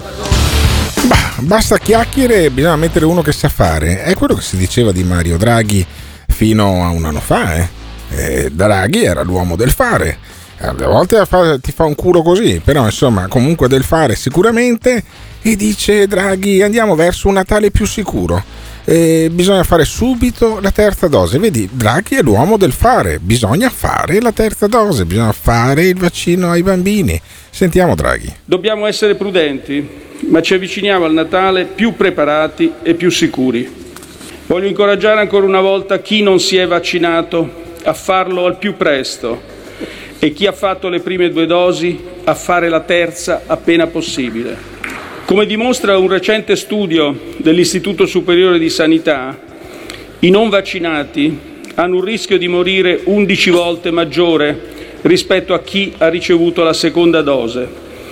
Basta chiacchiere, bisogna mettere uno che sa fare. È quello che si diceva di Mario Draghi fino a un anno fa, Draghi era l'uomo del fare. A volte ti fa un culo così, però insomma comunque del fare sicuramente. E dice Draghi: andiamo verso un Natale più sicuro, bisogna fare subito la terza dose. Vedi, Draghi è l'uomo del fare, bisogna fare la terza dose, bisogna fare il vaccino ai bambini. Sentiamo Draghi. Dobbiamo essere prudenti, ma ci avviciniamo al Natale più preparati e più sicuri. Voglio incoraggiare ancora una volta chi non si è vaccinato a farlo al più presto e chi ha fatto le prime 2 dosi a fare la terza appena possibile. Come dimostra un recente studio dell'Istituto Superiore di Sanità, i non vaccinati hanno un rischio di morire 11 volte maggiore rispetto a chi ha ricevuto la seconda dose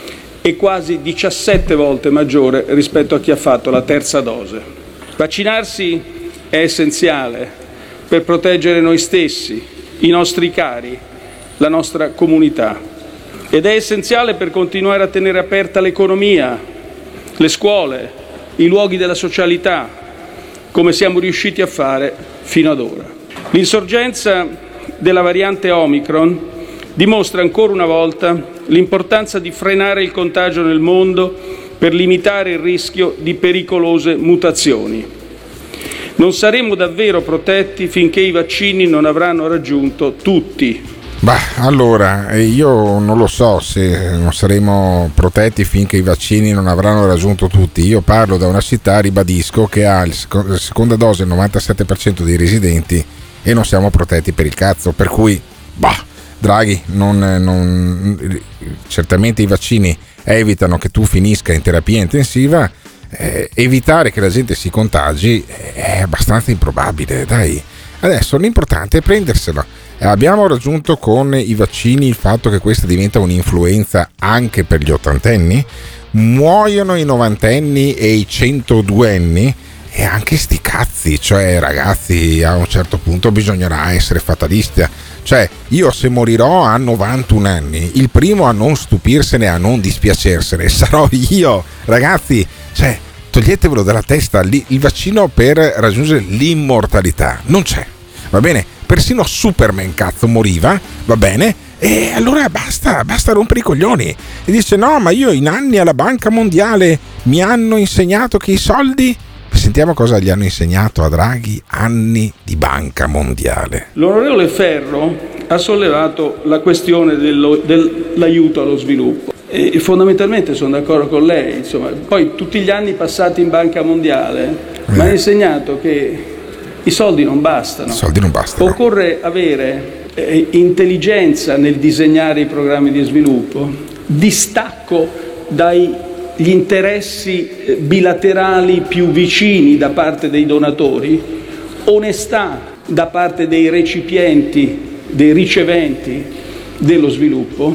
e quasi 17 volte maggiore rispetto a chi ha fatto la terza dose. Vaccinarsi è essenziale per proteggere noi stessi, i nostri cari, la nostra comunità. Ed è essenziale per continuare a tenere aperta l'economia, le scuole, i luoghi della socialità, come siamo riusciti a fare fino ad ora. L'insorgenza della variante Omicron dimostra ancora una volta l'importanza di frenare il contagio nel mondo per limitare il rischio di pericolose mutazioni. Non saremo davvero protetti finché i vaccini non avranno raggiunto tutti. Allora, io non lo so se non saremo protetti finché i vaccini non avranno raggiunto tutti. Io parlo da una città, ribadisco, che ha la seconda dose il 97% dei residenti e non siamo protetti per il cazzo. Per cui, Draghi, certamente i vaccini evitano che tu finisca in terapia intensiva. evitare che la gente si contagi è abbastanza improbabile, dai. Adesso l'importante è prendersela. Abbiamo raggiunto con i vaccini il fatto che questa diventa un'influenza anche per gli ottantenni, muoiono i novantenni e i 102enni, e anche sti cazzi, cioè ragazzi, a un certo punto bisognerà essere fatalisti. Cioè, io se morirò a 91 anni, il primo a non stupirsene, a non dispiacersene sarò io, ragazzi. Cioè, toglietevelo dalla testa, il vaccino per raggiungere l'immortalità non c'è, va bene? Persino Superman, cazzo, moriva, va bene? E allora basta rompere i coglioni. E dice: no, ma io in anni alla Banca Mondiale mi hanno insegnato che i soldi... Sentiamo cosa gli hanno insegnato a Draghi, anni di Banca Mondiale. L'onorevole Ferro ha sollevato la questione dell'aiuto allo sviluppo e fondamentalmente sono d'accordo con lei. Insomma, poi tutti gli anni passati in Banca Mondiale mi ha insegnato che i soldi non bastano. Occorre avere intelligenza nel disegnare i programmi di sviluppo, distacco dagli interessi bilaterali più vicini da parte dei donatori, onestà da parte dei recipienti, dei riceventi dello sviluppo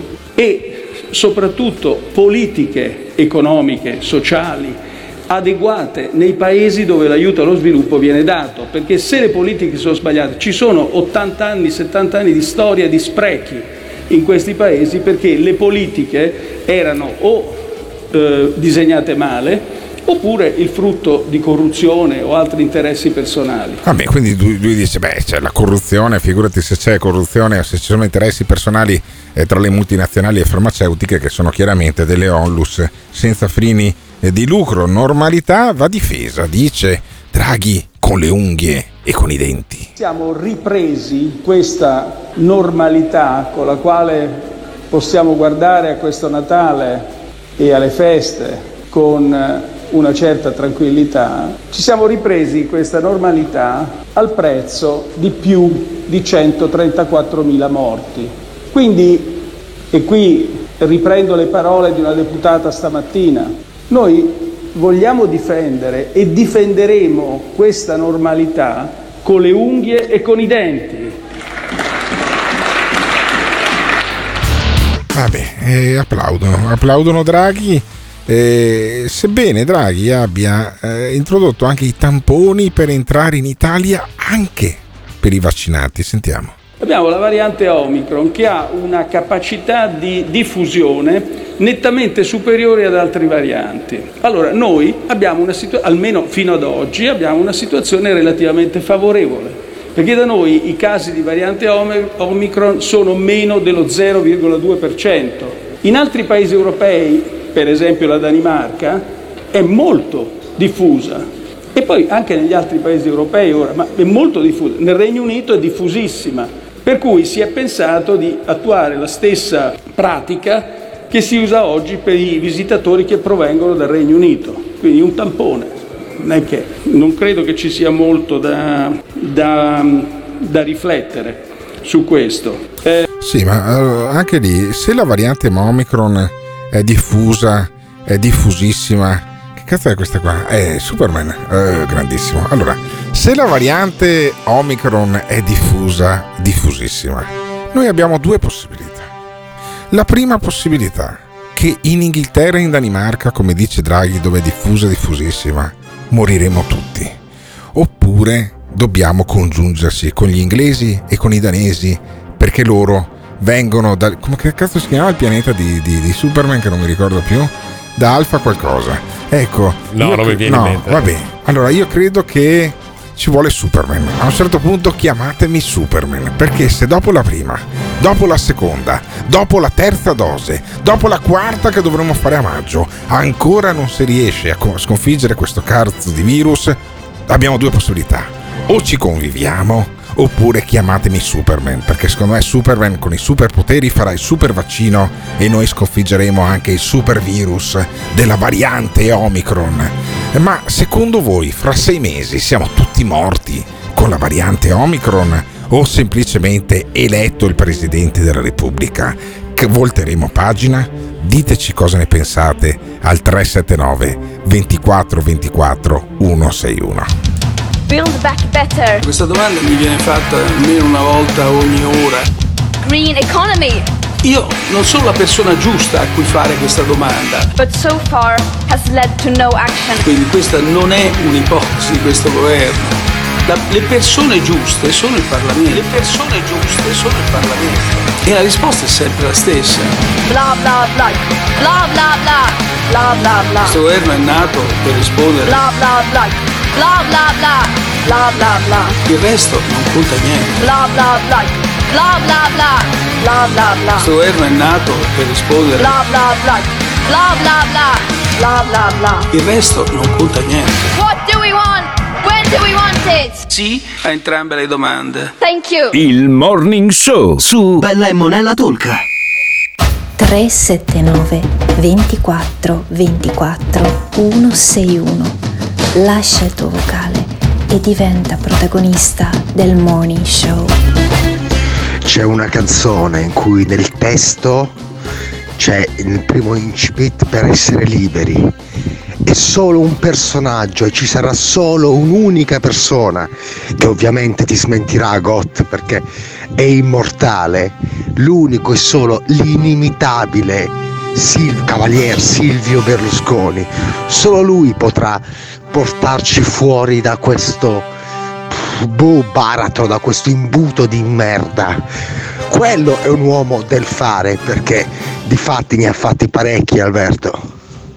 e soprattutto politiche economiche, sociali adeguate nei paesi dove l'aiuto allo sviluppo viene dato, perché se le politiche sono sbagliate ci sono 80 anni, 70 anni di storia di sprechi in questi paesi perché le politiche erano o disegnate male oppure il frutto di corruzione o altri interessi personali. Vabbè, quindi lui dice: beh, c'è la corruzione, figurati se c'è corruzione, se ci sono interessi personali tra le multinazionali e farmaceutiche, che sono chiaramente delle onlus senza fini di lucro. Normalità va difesa, dice Draghi, con le unghie e con i denti. Siamo ripresi questa normalità con la quale possiamo guardare a questo Natale e alle feste con una certa tranquillità. Ci siamo ripresi questa normalità al prezzo di più di 134.000 morti. Quindi, e qui riprendo le parole di una deputata stamattina, noi vogliamo difendere e difenderemo questa normalità con le unghie e con i denti. Vabbè, applaudono Draghi, sebbene Draghi abbia introdotto anche i tamponi per entrare in Italia anche per i vaccinati. Sentiamo. Abbiamo la variante Omicron che ha una capacità di diffusione nettamente superiore ad altre varianti. Allora noi abbiamo almeno fino ad oggi abbiamo una situazione relativamente favorevole, perché da noi i casi di variante Omicron sono meno dello 0,2%. In altri paesi europei, per esempio la Danimarca, è molto diffusa. E poi anche negli altri paesi europei ora, ma è molto diffusa. Nel Regno Unito è diffusissima. Per cui si è pensato di attuare la stessa pratica che si usa oggi per i visitatori che provengono dal Regno Unito. Quindi un tampone. Non credo che ci sia molto da riflettere su questo. Sì, ma anche lì, se la variante Omicron è diffusa, è diffusissima, che cazzo è questa qua? È Superman, grandissimo. Allora, se la variante Omicron è diffusa, diffusissima, noi abbiamo due possibilità. La prima possibilità, che in Inghilterra e in Danimarca, come dice Draghi, dove è diffusa, diffusissima, moriremo tutti. Oppure dobbiamo congiungersi con gli inglesi e con i danesi, perché loro vengono da... come che cazzo si chiamava il pianeta di Superman, che non mi ricordo più? Da Alfa qualcosa. Ecco. No, non mi viene in mente. Vabbè, allora io credo che ci vuole Superman. A un certo punto chiamatemi Superman, perché se dopo la prima, dopo la seconda, dopo la terza dose, dopo la quarta che dovremo fare a maggio, ancora non si riesce a sconfiggere questo cazzo di virus, abbiamo due possibilità: o ci conviviamo, oppure chiamatemi Superman, perché secondo me Superman con i superpoteri farà il super vaccino e noi sconfiggeremo anche il super virus della variante Omicron. Ma secondo voi fra 6 mesi siamo tutti morti con la variante Omicron o semplicemente eletto il Presidente della Repubblica? Che volteremo pagina? Diteci cosa ne pensate al 379 24 24 161. Build back better. Questa domanda mi viene fatta almeno una volta ogni ora. Green economy. Io non sono la persona giusta a cui fare questa domanda. But so far has led to no action. Quindi questa non è un'ipotesi di questo governo. Le persone giuste sono il Parlamento. Le persone giuste sono il Parlamento. E la risposta è sempre la stessa. Bla bla bla. Bla bla bla. Bla bla bla. Questo governo è nato per rispondere. Bla bla bla. Bla bla bla. Bla bla bla. Il resto non conta niente. Bla bla bla. Bla bla bla. Bla bla bla. Questo governo è nato per rispondere. Bla bla bla. Bla bla bla. Bla bla bla. Il resto non conta niente. What do we want? When do we want it? Sì a entrambe le domande. Thank you. Il Morning Show su Bella e Monella Talk. 379 24 24 161. Lascia il tuo vocale e diventa protagonista del Morning Show. C'è una canzone in cui nel testo c'è il primo incipit per essere liberi. È solo un personaggio e ci sarà solo un'unica persona che ovviamente ti smentirà, Got, perché è immortale. L'unico e solo l'inimitabile Cavalier Silvio Berlusconi. Solo lui potrà portarci fuori da questo baratro, da questo imbuto di merda. Quello è un uomo del fare, perché di fatti ne ha fatti parecchi, Alberto.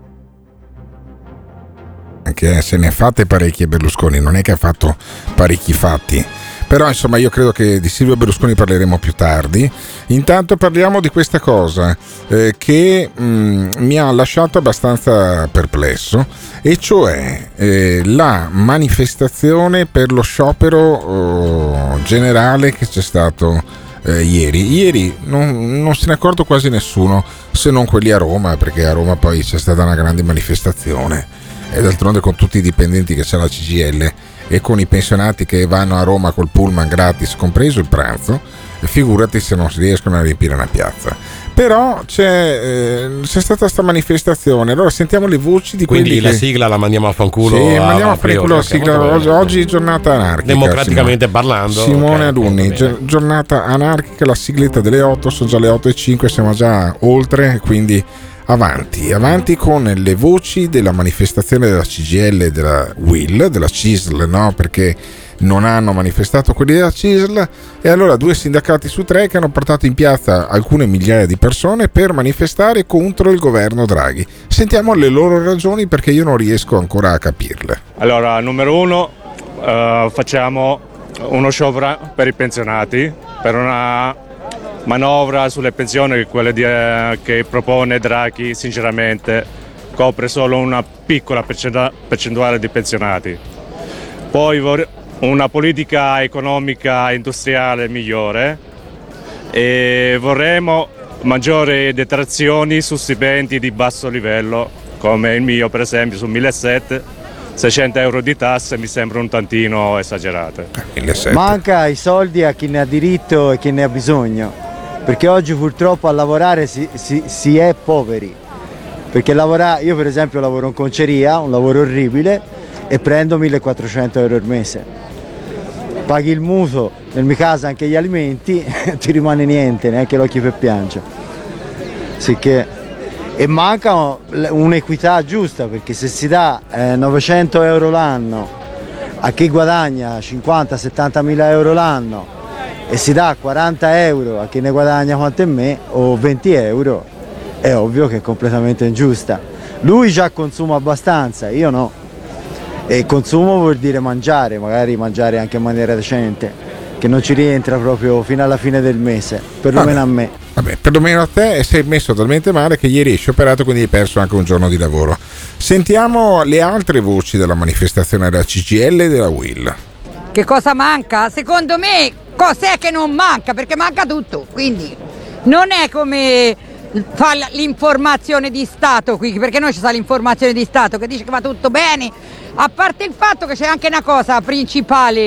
Anche se ne ha fatte parecchie Berlusconi, non è che ha fatto parecchi fatti. Però insomma io credo che di Silvio Berlusconi parleremo più tardi. Intanto parliamo di questa cosa che mi ha lasciato abbastanza perplesso, e cioè la manifestazione per lo sciopero generale che c'è stato ieri non se ne è accorto quasi nessuno, se non quelli a Roma, perché a Roma poi c'è stata una grande manifestazione, e d'altronde con tutti i dipendenti che c'è la CGIL e con i pensionati che vanno a Roma col pullman gratis, compreso il pranzo, figurati se non si riescono a riempire una piazza. Però c'è stata questa manifestazione, allora sentiamo le voci di quelli. Quindi la sigla la mandiamo a fanculo. Sì, mandiamo a fanculo la sigla. Oggi giornata anarchica, democraticamente parlando. Simone Alunni, giornata anarchica, la sigletta delle 8, sono già le 8:05, siamo già oltre, quindi avanti con le voci della manifestazione della CGIL e della UIL, della CISL, no? Perché non hanno manifestato quelli della CISL, e allora 2 sindacati su 3 che hanno portato in piazza alcune migliaia di persone per manifestare contro il governo Draghi. Sentiamo le loro ragioni, perché io non riesco ancora a capirle. Allora, numero 1, facciamo uno sciopero per i pensionati, per una manovra sulle pensioni, quelle che propone Draghi, sinceramente copre solo una piccola percentuale di pensionati. Poi una politica economica e industriale migliore, e vorremmo maggiori detrazioni su stipendi di basso livello, come il mio per esempio, su 1.700, 600 euro di tasse mi sembra un tantino esagerate. Manca i soldi a chi ne ha diritto e chi ne ha bisogno, perché oggi purtroppo a lavorare si è poveri, perché io per esempio lavoro in conceria, un lavoro orribile, e prendo 1.400 euro al mese. Paghi il mutuo, nel mio caso anche gli alimenti, ti rimane niente, neanche l'occhio per piangere. E manca un'equità giusta, perché se si dà 900 euro l'anno a chi guadagna 50-70 mila euro l'anno e si dà 40 euro a chi ne guadagna quanto me, o 20 euro, è ovvio che è completamente ingiusta. Lui già consuma abbastanza, io no. E consumo vuol dire mangiare, magari mangiare anche in maniera decente, che non ci rientra proprio fino alla fine del mese, perlomeno a me. Vabbè, perlomeno a te, e sei messo talmente male che ieri hai scioperato, quindi hai perso anche un giorno di lavoro. Sentiamo le altre voci della manifestazione della CGIL e della UIL. Che cosa manca? Secondo me cos'è che non manca? Perché manca tutto, quindi non è come fa l'informazione di Stato qui, perché noi ci sta l'informazione di Stato che dice che va tutto bene, a parte il fatto che c'è anche una cosa principale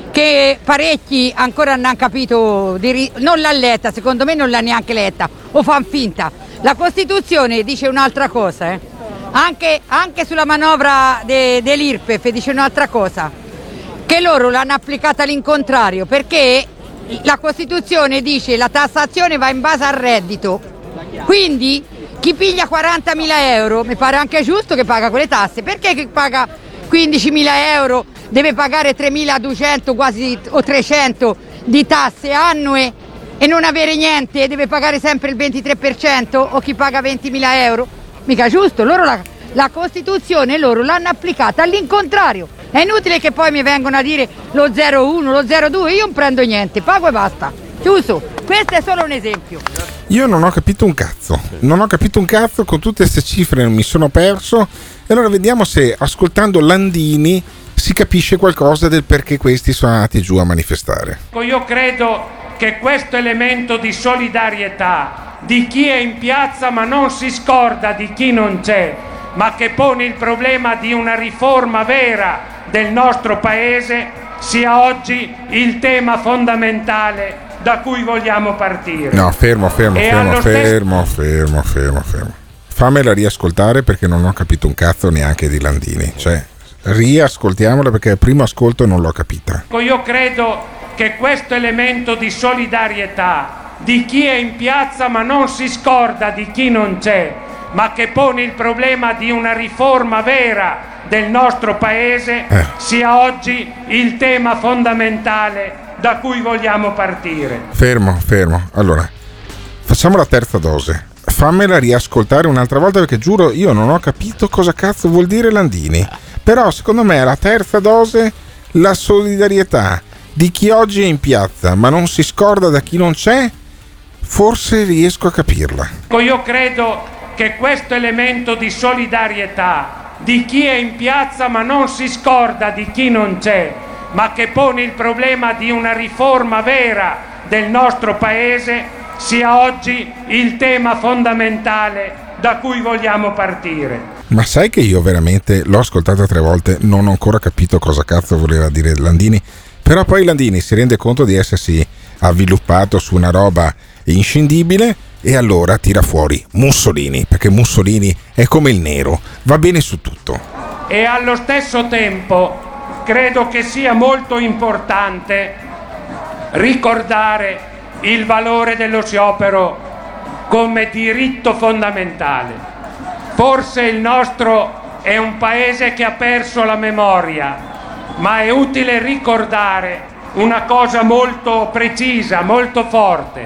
che parecchi ancora non hanno capito, non l'ha letta, secondo me non l'ha neanche letta, o fan finta. La Costituzione dice un'altra cosa, anche sulla manovra dell'IRPEF dice un'altra cosa, che loro l'hanno applicata all'incontrario, perché la Costituzione dice la tassazione va in base al reddito, quindi chi piglia 40.000 euro, mi pare anche giusto che paga quelle tasse, perché chi paga 15.000 euro deve pagare 3.200 quasi o 300 di tasse annue e non avere niente, deve pagare sempre il 23%, o chi paga 20.000 euro? Mica giusto, loro la Costituzione loro l'hanno applicata all'incontrario. È inutile che poi mi vengono a dire lo 0,1, lo 0,2, io non prendo niente, pago e basta. Chiuso, questo è solo un esempio. Io non ho capito un cazzo, con tutte queste cifre mi sono perso, e allora vediamo se ascoltando Landini si capisce qualcosa del perché questi sono andati giù a manifestare. Io credo che questo elemento di solidarietà di chi è in piazza ma non si scorda di chi non c'è, ma che pone il problema di una riforma vera del nostro paese, sia oggi il tema fondamentale da cui vogliamo partire. No, fermo. Fammela riascoltare, perché non ho capito un cazzo neanche di Landini. Cioè, riascoltiamola, perché al primo ascolto non l'ho capita. Io credo che questo elemento di solidarietà di chi è in piazza ma non si scorda di chi non c'è, ma che pone il problema di una riforma vera del nostro paese, sia oggi il tema fondamentale da cui vogliamo partire. Fermo. Allora, facciamo la terza dose. Fammela riascoltare un'altra volta, perché giuro io non ho capito cosa cazzo vuol dire Landini. Però secondo me la terza dose, la solidarietà di chi oggi è in piazza ma non si scorda da chi non c'è, forse riesco a capirla. Io credo che questo elemento di solidarietà di chi è in piazza ma non si scorda di chi non c'è, ma che pone il problema di una riforma vera del nostro paese, sia oggi il tema fondamentale da cui vogliamo partire. Ma sai che io veramente l'ho ascoltata 3 volte, non ho ancora capito cosa cazzo voleva dire Landini, però poi Landini si rende conto di essersi avviluppato su una roba inscindibile e allora tira fuori Mussolini, perché Mussolini è come il nero, va bene su tutto. E allo stesso tempo credo che sia molto importante ricordare il valore dello sciopero come diritto fondamentale. Forse il nostro è un paese che ha perso la memoria, ma è utile ricordare una cosa molto precisa, molto forte,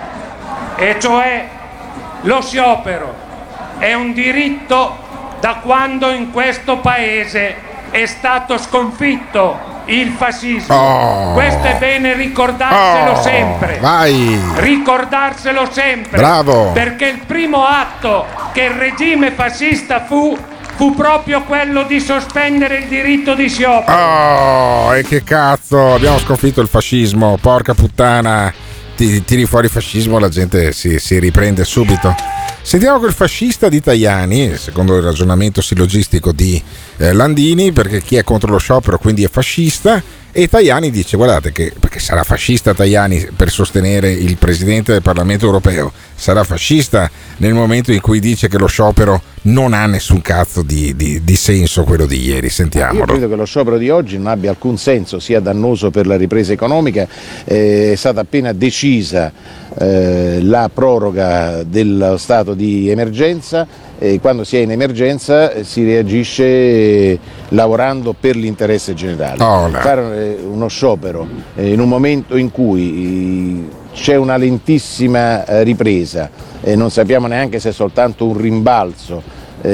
e cioè lo sciopero è un diritto da quando in questo paese è stato sconfitto il fascismo. Questo è bene ricordarselo sempre. Vai. Ricordarselo sempre. Bravo. Perché il primo atto che il regime fascista fu proprio quello di sospendere il diritto di sciopero. E che cazzo, abbiamo sconfitto il fascismo, porca puttana. Tiri fuori il fascismo, la gente si riprende subito. Sentiamo quel fascista di Tajani, secondo il ragionamento sillogistico di Landini, perché chi è contro lo sciopero quindi è fascista, e Tajani dice: guardate che, perché sarà fascista Tajani per sostenere il presidente del Parlamento europeo, sarà fascista nel momento in cui dice che lo sciopero non ha nessun cazzo di senso, quello di ieri. Sentiamolo. Io credo che lo sciopero di oggi non abbia alcun senso, sia dannoso per la ripresa economica. È stata appena decisa la proroga dello stato di emergenza, e quando si è in emergenza si reagisce lavorando per l'interesse generale. Fare uno sciopero in un momento in cui c'è una lentissima ripresa e non sappiamo neanche se è soltanto un rimbalzo,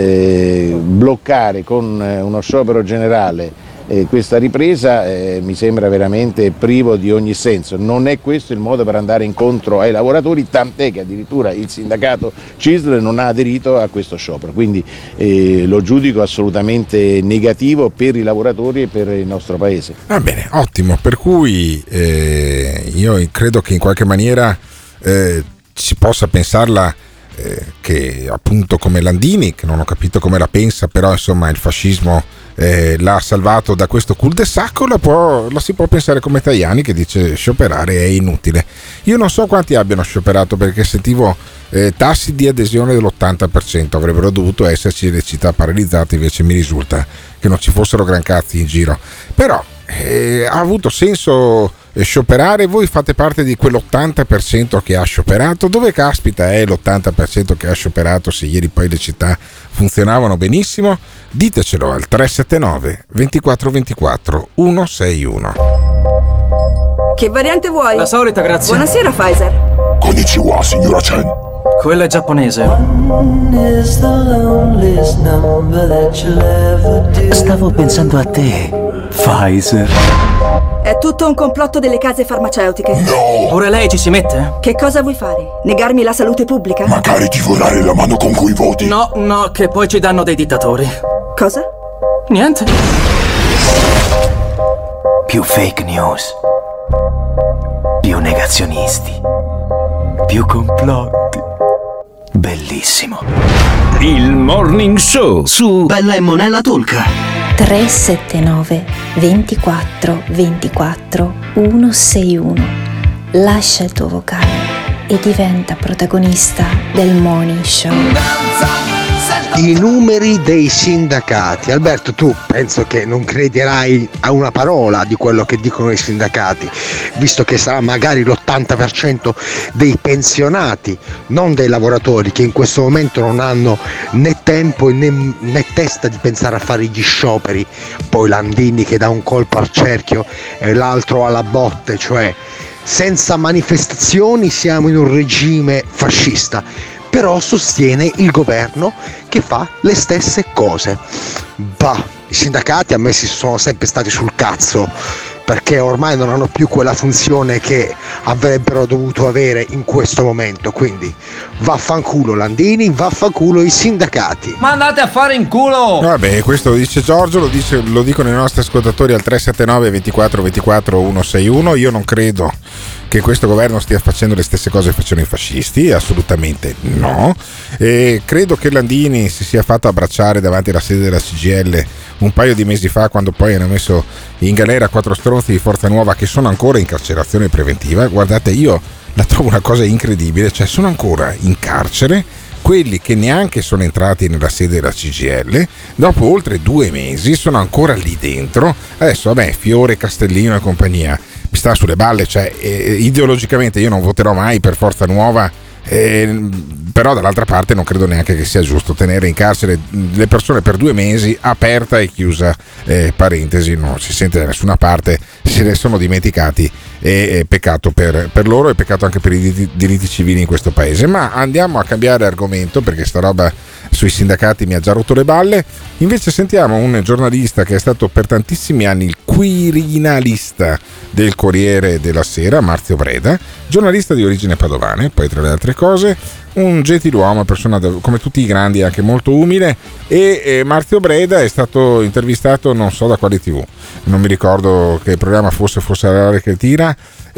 bloccare con uno sciopero generale questa ripresa mi sembra veramente privo di ogni senso. Non è questo il modo per andare incontro ai lavoratori, tant'è che addirittura il sindacato CISL non ha aderito a questo sciopero, quindi lo giudico assolutamente negativo per i lavoratori e per il nostro paese. Va bene, ottimo, per cui io credo che in qualche maniera si possa pensarla che appunto come Landini, che non ho capito come la pensa, però insomma il fascismo l'ha salvato da questo cul-de-sac, la si può pensare come Tajani, che dice scioperare è inutile. Io non so quanti abbiano scioperato, perché sentivo tassi di adesione dell'80%, avrebbero dovuto esserci le città paralizzate, invece mi risulta che non ci fossero gran cazzi in giro. Però ha avuto senso scioperare? Voi fate parte di quell'80% che ha scioperato? Dove caspita è l'80% che ha scioperato, se ieri poi le città funzionavano benissimo? Ditecelo al 379 24 24 161. Che variante vuoi? La solita, grazie. Buonasera, Pfizer. Konnichiwa, signora Chen. Quella è giapponese. Stavo pensando a te, Pfizer. È tutto un complotto delle case farmaceutiche. No! Pure lei ci si mette? Che cosa vuoi fare? Negarmi la salute pubblica? Magari ti volare la mano con cui voti. No, che poi ci danno dei dittatori. Cosa? Niente. Più fake news. Più negazionisti. Più complotti. Bellissimo. Il Morning Show su Bella e Monella Talk. 379 24 24 161. Lascia il tuo vocale e diventa protagonista del Morning Show. I numeri dei sindacati. Alberto, tu penso che non crederai a una parola di quello che dicono i sindacati, visto che sarà magari l'80% dei pensionati, non dei lavoratori, che in questo momento non hanno né tempo né testa di pensare a fare gli scioperi. Poi Landini che dà un colpo al cerchio e l'altro alla botte, cioè senza manifestazioni siamo in un regime fascista. Però sostiene il governo che fa le stesse cose. Bah, i sindacati a me si sono sempre stati sul cazzo, perché ormai non hanno più quella funzione che avrebbero dovuto avere in questo momento. Quindi vaffanculo Landini, vaffanculo i sindacati. Ma andate a fare in culo! Vabbè, questo lo dice Giorgio, lo dicono i nostri ascoltatori al 379 24 24 161. Io non credo che questo governo stia facendo le stesse cose che facevano i fascisti, assolutamente no. E credo che Landini si sia fatto abbracciare davanti alla sede della CGIL un paio di mesi fa, quando poi hanno messo in galera 4 stronzi di Forza Nuova che sono ancora in carcerazione preventiva. Guardate, io la trovo una cosa incredibile, cioè sono ancora in carcere quelli che neanche sono entrati nella sede della CGIL, dopo oltre 2 mesi sono ancora lì dentro. Adesso vabbè, Fiore, Castellino e compagnia mi sta sulle balle, cioè ideologicamente io non voterò mai per Forza Nuova, però dall'altra parte non credo neanche che sia giusto tenere in carcere le persone per 2 mesi, aperta e chiusa parentesi, non si sente da nessuna parte, se ne sono dimenticati, e peccato per loro e peccato anche per i diritti civili in questo paese. Ma andiamo a cambiare argomento, perché sta roba sui sindacati mi ha già rotto le balle. Invece sentiamo un giornalista che è stato per tantissimi anni il quirinalista del Corriere della Sera, Marzio Breda, giornalista di origine padovane, poi tra le altre cose un gentiluomo, persona come tutti i grandi, anche molto umile. E Marzio Breda è stato intervistato non so da quale TV, non mi ricordo che programma fosse la Recretina,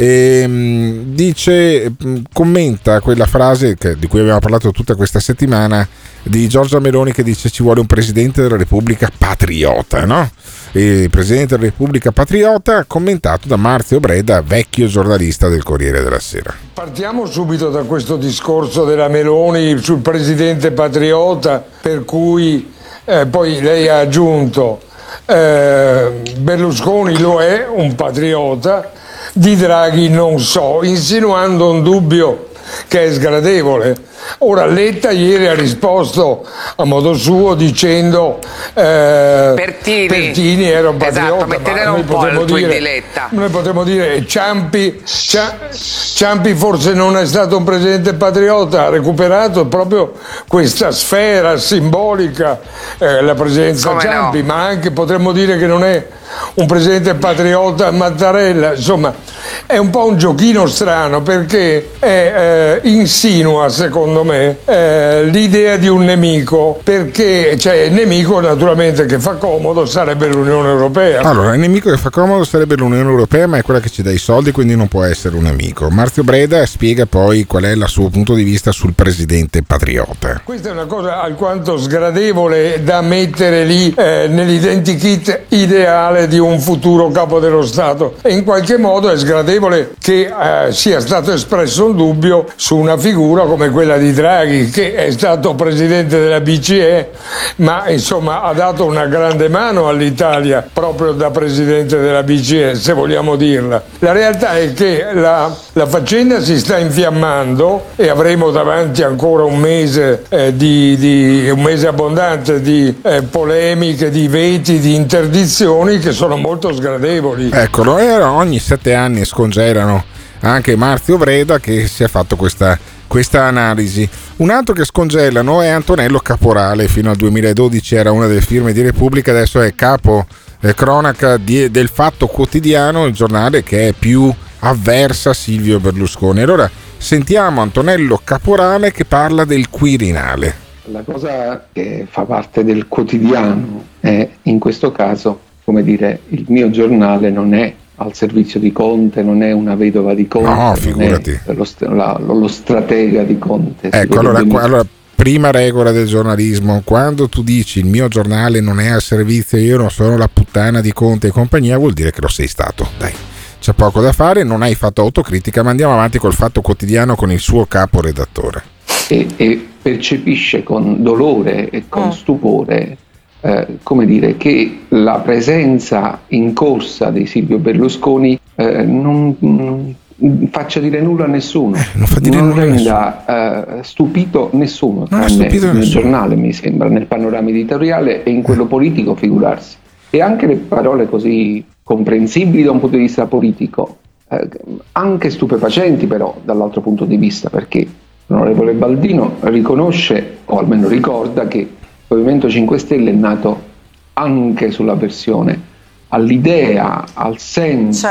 e dice, commenta quella frase di cui abbiamo parlato tutta questa settimana di Giorgia Meloni, che dice ci vuole un Presidente della Repubblica patriota, no? Il Presidente della Repubblica patriota, commentato da Marzio Breda, vecchio giornalista del Corriere della Sera. Partiamo subito da questo discorso della Meloni sul Presidente patriota, per cui poi lei ha aggiunto Berlusconi lo è un patriota, di Draghi non so, insinuando un dubbio che è sgradevole. Ora Letta ieri ha risposto a modo suo dicendo Pertini era un patriota, esatto, mettetelo un po' il tweet di Letta. Noi potremmo dire Ciampi forse non è stato un presidente patriota, ha recuperato proprio questa sfera simbolica, la presenza Come Ciampi, no? ma anche potremmo dire che non è un presidente patriota Mattarella. Insomma, è un po' un giochino strano, perché insinua, secondo secondo me, l'idea di un nemico, perché il nemico naturalmente che fa comodo sarebbe l'Unione Europea. Allora, il nemico che fa comodo sarebbe l'Unione Europea, ma è quella che ci dà i soldi, quindi non può essere un nemico. Marzio Breda spiega poi qual è il suo punto di vista sul presidente patriota. Questa è una cosa alquanto sgradevole da mettere lì nell'identikit ideale di un futuro capo dello Stato, e in qualche modo è sgradevole che sia stato espresso un dubbio su una figura come quella di Draghi, che è stato presidente della BCE, ma insomma ha dato una grande mano all'Italia proprio da presidente della BCE, se vogliamo dirla. La realtà è che la faccenda si sta infiammando e avremo davanti ancora un mese un mese abbondante di polemiche, di veti, di interdizioni che sono molto sgradevoli. Eccolo, e ogni 7 anni scongelano anche Marzio Breda, che si è fatto questa analisi. Un altro che scongelano è Antonello Caporale. Fino al 2012 era una delle firme di Repubblica, adesso è capo cronaca del Fatto Quotidiano, il giornale che è più avversa a Silvio Berlusconi. Allora sentiamo Antonello Caporale che parla del Quirinale. La cosa che fa parte del quotidiano è, in questo caso, come dire, il mio giornale non è al servizio di Conte, non è una vedova di Conte, no, figurati. Non è lo stratega di Conte. Ecco, allora, prima regola del giornalismo: quando tu dici il mio giornale non è al servizio, io non sono la puttana di Conte e compagnia, vuol dire che lo sei stato. Dai, c'è poco da fare, non hai fatto autocritica, ma andiamo avanti col Fatto Quotidiano con il suo capo redattore. E percepisce con dolore e con stupore come dire, che la presenza in corsa di Silvio Berlusconi non faccia dire nulla a nessuno, non renda stupito nessuno, tranne il giornale, mi sembra, nel panorama editoriale, e in quello politico figurarsi. E anche le parole così comprensibili da un punto di vista politico, anche stupefacenti però dall'altro punto di vista, perché l'onorevole Baldino riconosce, o almeno ricorda, che il Movimento 5 Stelle è nato anche sulla versione, all'idea, al senso,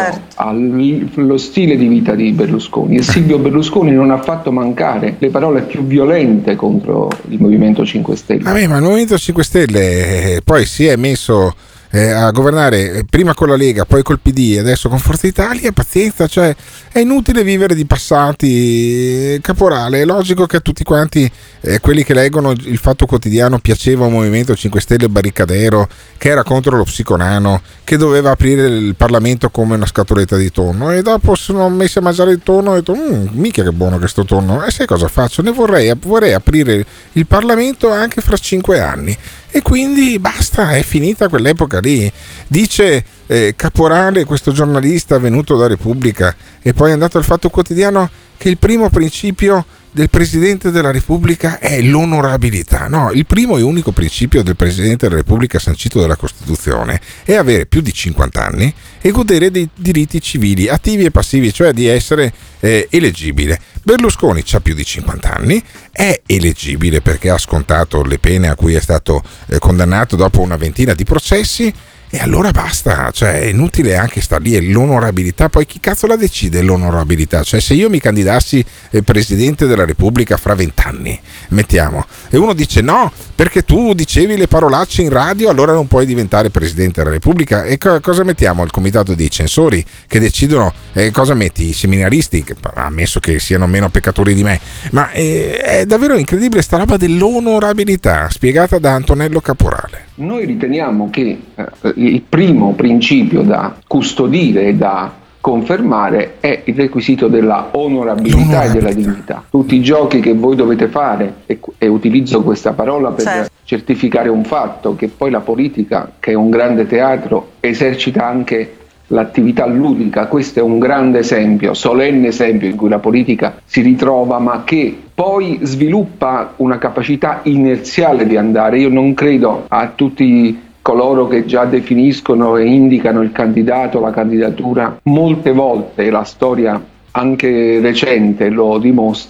allo stile di vita di Berlusconi, e Silvio Berlusconi non ha fatto mancare le parole più violente contro il Movimento 5 Stelle. Ma il Movimento 5 Stelle poi si è messo a governare prima con la Lega, poi col PD, adesso con Forza Italia. Pazienza, cioè è inutile vivere di passati, Caporale. È logico che a tutti quanti quelli che leggono il Fatto Quotidiano piaceva un Movimento 5 Stelle barricadero, che era contro lo psiconano, che doveva aprire il Parlamento come una scatoletta di tonno, e dopo sono messi a mangiare il tonno e ho detto mica che buono questo tonno, e sai cosa faccio? Ne vorrei aprire il Parlamento anche fra 5 anni. E quindi basta, è finita quell'epoca lì. Dice Caporale, questo giornalista venuto da Repubblica e poi è andato al Fatto Quotidiano, che il primo principio del Presidente della Repubblica è l'onorabilità. No, il primo e unico principio del Presidente della Repubblica sancito dalla Costituzione è avere più di 50 anni e godere dei diritti civili attivi e passivi, cioè di essere eleggibile. Berlusconi ha più di 50 anni, è eleggibile perché ha scontato le pene a cui è stato condannato dopo una ventina di processi, e allora basta, cioè è inutile anche star lì. È l'onorabilità. Poi chi cazzo la decide l'onorabilità? Cioè se io mi candidassi Presidente della Repubblica fra 20 anni, mettiamo, e uno dice no, perché tu dicevi le parolacce in radio, allora non puoi diventare Presidente della Repubblica, e cosa mettiamo? Il comitato dei censori che decidono cosa metti? I seminaristi, che, ammesso che siano meno peccatori di me, ma è davvero incredibile sta roba dell'onorabilità spiegata da Antonello Caporale. Noi riteniamo che il primo principio da custodire e da confermare è il requisito della onorabilità e della dignità. Tutti i giochi che voi dovete fare, e utilizzo questa parola per certificare un fatto, che poi la politica, che è un grande teatro, esercita anche l'attività ludica. Questo è un grande esempio, solenne esempio, in cui la politica si ritrova, ma che poi sviluppa una capacità inerziale di andare. Io non credo a tutti coloro che già definiscono e indicano il candidato, la candidatura. Molte volte, la storia anche recente lo dimostra,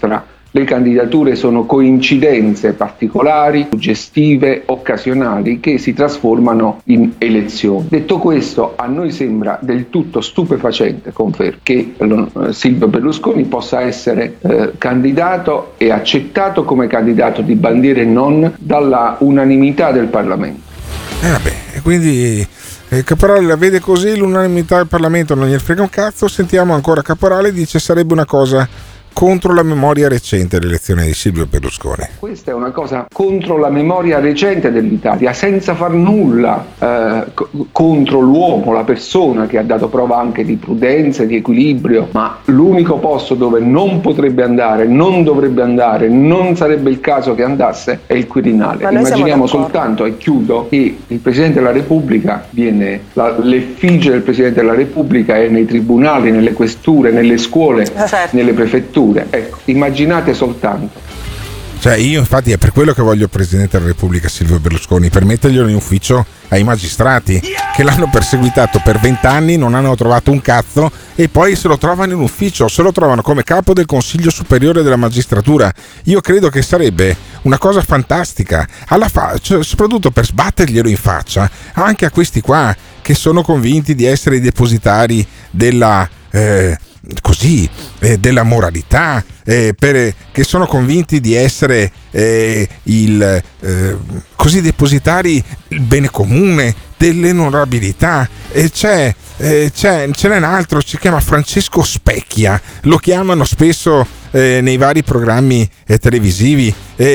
Le candidature sono coincidenze particolari, suggestive, occasionali che si trasformano in elezioni. Detto questo, a noi sembra del tutto stupefacente, confermo, che Silvio Berlusconi possa essere candidato e accettato come candidato di bandiera e non dalla unanimità del Parlamento. Quindi Caporale la vede così, l'unanimità del Parlamento non gliene frega un cazzo. Sentiamo ancora Caporale, dice sarebbe una cosa contro la memoria recente dell'elezione di Silvio Berlusconi. Questa è una cosa contro la memoria recente dell'Italia, senza far nulla contro l'uomo, la persona che ha dato prova anche di prudenza e di equilibrio, ma l'unico posto dove non potrebbe andare, non dovrebbe andare, non sarebbe il caso che andasse è il Quirinale. Immaginiamo soltanto, e chiudo, che il Presidente della Repubblica l'effigie del Presidente della Repubblica è nei tribunali, nelle questure, nelle scuole, nelle prefetture. Ecco, immaginate soltanto. Cioè, io infatti è per quello che voglio il Presidente della Repubblica Silvio Berlusconi, per metterglielo in ufficio ai magistrati che l'hanno perseguitato per 20 anni, non hanno trovato un cazzo e poi se lo trovano in ufficio, se lo trovano come capo del Consiglio Superiore della Magistratura. Io credo che sarebbe una cosa fantastica, cioè, soprattutto per sbatterglielo in faccia anche a questi qua che sono convinti di essere i depositari della della moralità, che sono convinti di essere così depositari del bene comune, dell'onorabilità. Ce n'è un altro, si chiama Francesco Specchia, lo chiamano spesso nei vari programmi televisivi.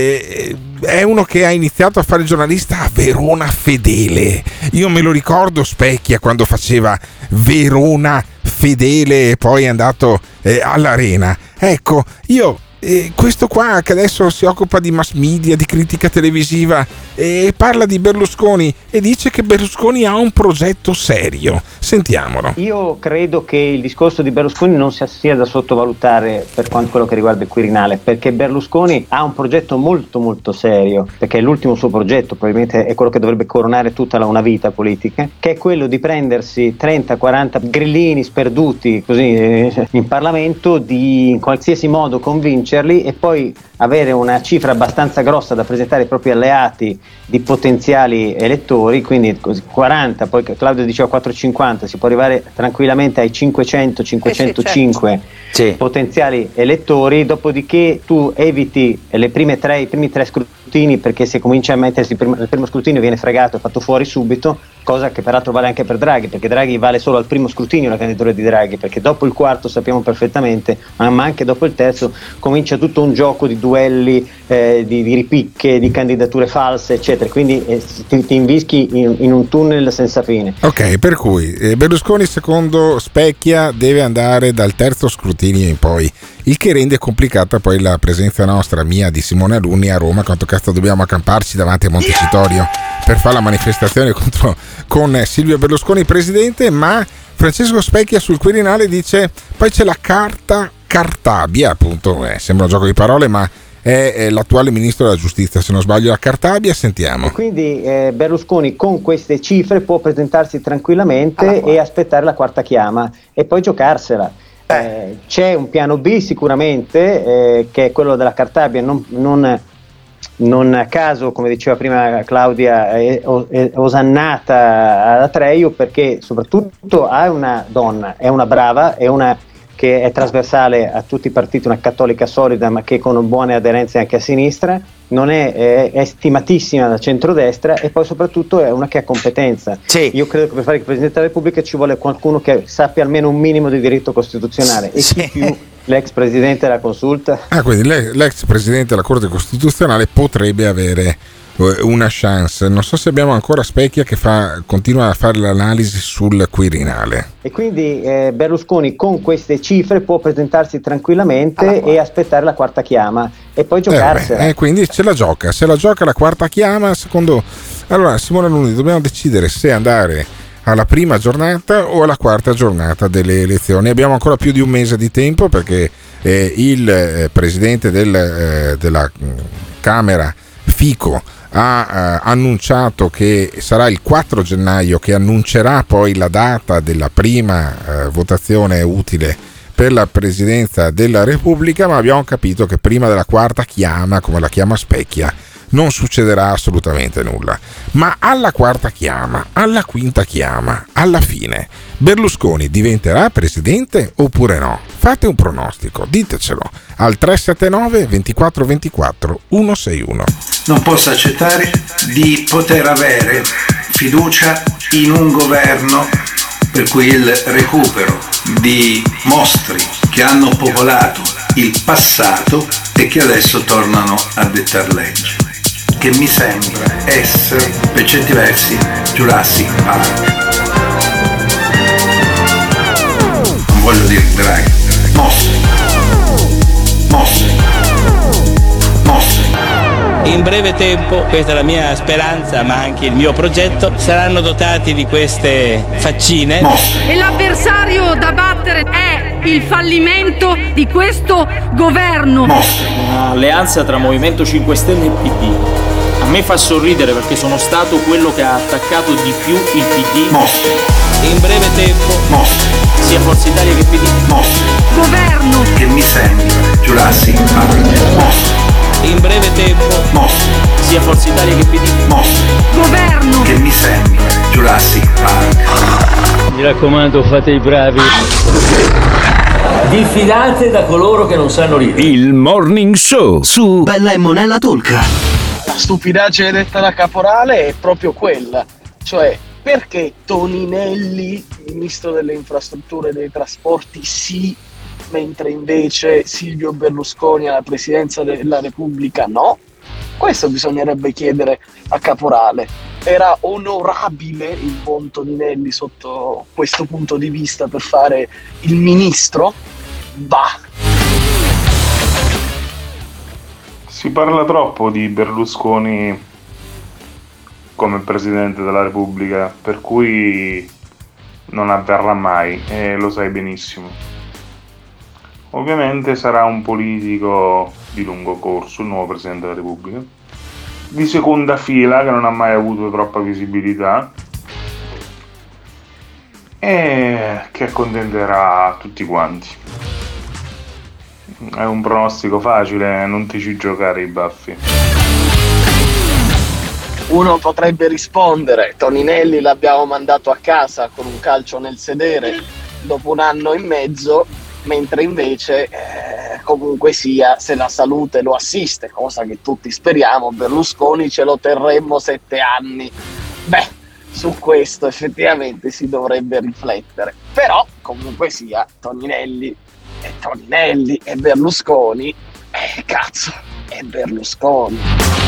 È uno che ha iniziato a fare giornalista a Verona Fedele. Io me lo ricordo Specchia quando faceva Verona Fedele e poi è andato all'Arena. Ecco, io questo qua che adesso si occupa di mass media, di critica televisiva e parla di Berlusconi e dice che Berlusconi ha un progetto serio. Sentiamolo. Io credo che il discorso di Berlusconi non sia da sottovalutare per quanto quello che riguarda il Quirinale, perché Berlusconi ha un progetto molto molto serio, perché è l'ultimo suo progetto, probabilmente è quello che dovrebbe coronare tutta una vita politica, che è quello di prendersi 30-40 grillini sperduti così in Parlamento, di in qualsiasi modo convincerli e poi avere una cifra abbastanza grossa da presentare ai propri alleati di potenziali elettori, quindi 40, poi Claudio diceva 450, si può arrivare tranquillamente ai 500-505 potenziali elettori, dopodiché tu eviti i primi tre scrutini, perché se comincia a mettersi il primo scrutinio viene fregato e fatto fuori subito, cosa che peraltro vale anche per Draghi, perché Draghi vale solo al primo scrutinio la candidatura di Draghi, perché dopo il quarto sappiamo perfettamente, ma anche dopo il terzo comincia tutto un gioco di duelli, di ripicche, di candidature false, eccetera, quindi ti invischi in un tunnel senza fine. Ok, per cui Berlusconi secondo Specchia deve andare dal terzo scrutinio in poi, il che rende complicata poi la presenza mia di Simone Alunni a Roma. Quanto cazzo dobbiamo accamparci davanti a Montecitorio per fare la manifestazione con Silvio Berlusconi presidente? Ma Francesco Specchia sul Quirinale dice poi c'è la carta Cartabia, appunto, sembra un gioco di parole, ma è l'attuale ministro della giustizia, se non sbaglio, la Cartabia. Sentiamo. E quindi Berlusconi con queste cifre può presentarsi tranquillamente e aspettare la quarta chiama e poi giocarsela. C'è un piano B sicuramente, che è quello della Cartabia, non a caso, come diceva prima Claudia, è osannata ad Atreju, perché soprattutto ha una donna, è una brava, è una che è trasversale a tutti i partiti, una cattolica solida ma che con buone aderenze anche a sinistra, non è stimatissima da centrodestra e poi soprattutto è una che ha competenza. Io credo che per fare il Presidente della Repubblica ci vuole qualcuno che sappia almeno un minimo di diritto costituzionale e chi più l'ex Presidente della Consulta. Quindi l'ex Presidente della Corte Costituzionale potrebbe avere una chance. Non so se abbiamo ancora Specchia che continua a fare l'analisi sul Quirinale. E quindi Berlusconi con queste cifre può presentarsi tranquillamente e aspettare la quarta chiama e poi giocarsela. Quindi se la gioca la quarta chiama. Allora Simone Alunni, dobbiamo decidere se andare alla prima giornata o alla quarta giornata delle elezioni. Abbiamo ancora più di un mese di tempo, perché il presidente della Camera Fico ha annunciato che sarà il 4 gennaio che annuncerà poi la data della prima votazione utile per la presidenza della Repubblica, ma abbiamo capito che prima della quarta chiama, come la chiama Specchia, non succederà assolutamente nulla. Ma alla quarta chiama, alla quinta chiama, alla fine Berlusconi diventerà presidente oppure no? Fate un pronostico, ditecelo al 379 24 24 161. Non posso accettare di poter avere fiducia in un governo per cui il recupero di mostri che hanno popolato il passato e che adesso tornano a dettar legge, che mi sembra essere per certi versi Jurassic Park. Non voglio dire Draghi, mostri. In breve tempo, questa è la mia speranza ma anche il mio progetto, saranno dotati di queste faccine. E l'avversario da battere è il fallimento di questo governo. Un'alleanza tra Movimento 5 Stelle e PD. A me fa sorridere perché sono stato quello che ha attaccato di più il PD. In breve tempo, sia Forza Italia che PD. Governo che mi sembra Jurassic Park. In breve tempo, sia Forza Italia che PD. Governo che mi sembra Jurassic Park. Mi raccomando, fate i bravi. Diffidate da coloro che non sanno ridere. Il Morning Show su Bella e Monella Talk. La stupidaggine detta da Caporale è proprio quella, cioè perché Toninelli, ministro delle infrastrutture e dei trasporti, sì, mentre invece Silvio Berlusconi alla presidenza della Repubblica no? Questo bisognerebbe chiedere a Caporale. Era onorabile il buon Toninelli sotto questo punto di vista per fare il ministro? Bah! Si parla troppo di Berlusconi come Presidente della Repubblica, per cui non avverrà mai, e lo sai benissimo. Ovviamente sarà un politico di lungo corso, il nuovo Presidente della Repubblica, di seconda fila, che non ha mai avuto troppa visibilità e che accontenterà tutti quanti. È un pronostico facile, non ti ci giocare i baffi. Uno potrebbe rispondere: Toninelli l'abbiamo mandato a casa con un calcio nel sedere dopo un anno e mezzo, mentre invece comunque sia, se la salute lo assiste, cosa che tutti speriamo, Berlusconi ce lo terremmo 7 anni. Beh, su questo effettivamente si dovrebbe riflettere, però comunque sia Toninelli e Berlusconi, cazzo, è Berlusconi.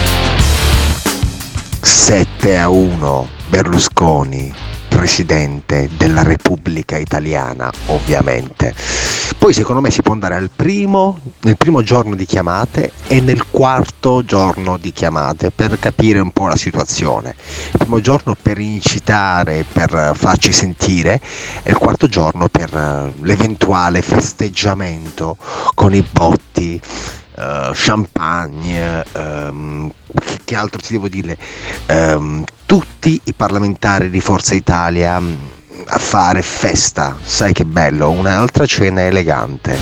7-1 Berlusconi, Presidente della Repubblica Italiana, ovviamente. Poi secondo me si può andare nel primo giorno di chiamate e nel quarto giorno di chiamate per capire un po' la situazione. Il primo giorno per incitare, per farci sentire, e il quarto giorno per l'eventuale festeggiamento con i botti, champagne, che altro ti devo dire, tutti i parlamentari di Forza Italia a fare festa, sai che bello, un'altra cena elegante.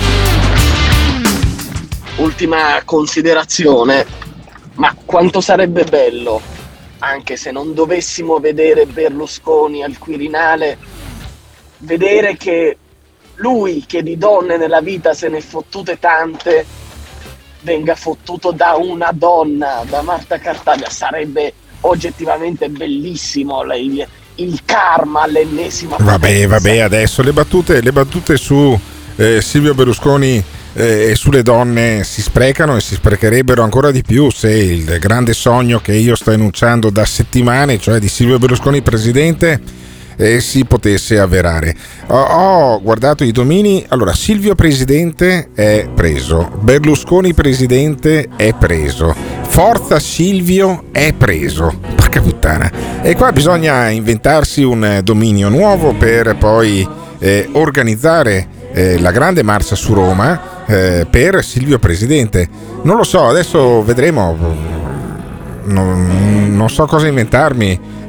Ultima considerazione, ma quanto sarebbe bello, anche se non dovessimo vedere Berlusconi al Quirinale, vedere che lui, che di donne nella vita se ne è fottute tante, venga fottuto da una donna, da Marta Cartabia. Sarebbe oggettivamente bellissimo, il karma all'ennesima. Vabbè, adesso le battute su Silvio Berlusconi e sulle donne si sprecano e si sprecherebbero ancora di più se il grande sogno che io sto enunciando da settimane, cioè di Silvio Berlusconi presidente, si potesse avverare. Ho guardato i domini. Allora, Silvio presidente è preso, Berlusconi presidente è preso, Forza Silvio è preso. Porca puttana. E qua bisogna inventarsi un dominio nuovo per poi organizzare la grande marcia su Roma per Silvio presidente. Non lo so, adesso vedremo. Non so cosa inventarmi.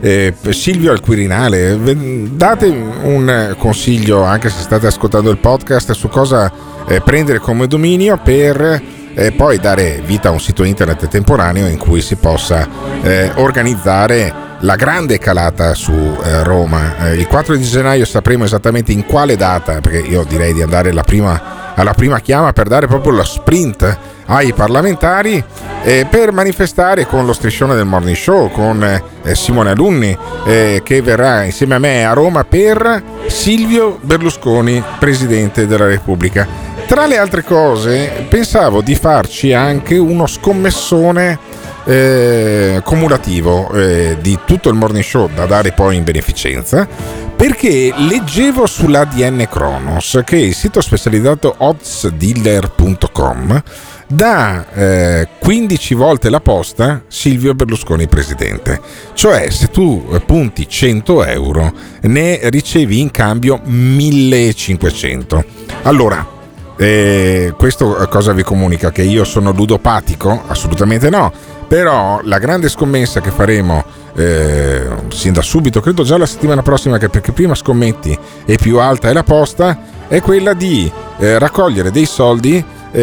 Silvio al Quirinale, date un consiglio, anche se state ascoltando il podcast, su cosa prendere come dominio per poi dare vita a un sito internet temporaneo in cui si possa organizzare la grande calata su Roma. Il 4 di gennaio sapremo esattamente in quale data, perché io direi di andare alla prima chiama per dare proprio lo sprint ai parlamentari, per manifestare con lo striscione del Morning Show, con Simone Alunni, che verrà insieme a me a Roma per Silvio Berlusconi, Presidente della Repubblica. Tra le altre cose pensavo di farci anche uno scommessone cumulativo di tutto il Morning Show da dare poi in beneficenza, perché leggevo sull'ADN Kronos che il sito specializzato oddsdealer.com dà 15 volte la posta Silvio Berlusconi Presidente, cioè se tu punti 100 euro ne ricevi in cambio 1500. Allora, questo cosa vi comunica? Che io sono ludopatico? Assolutamente no, però la grande scommessa che faremo sin da subito, credo già la settimana prossima, che perché prima scommetti e più alta è la posta, è quella di raccogliere dei soldi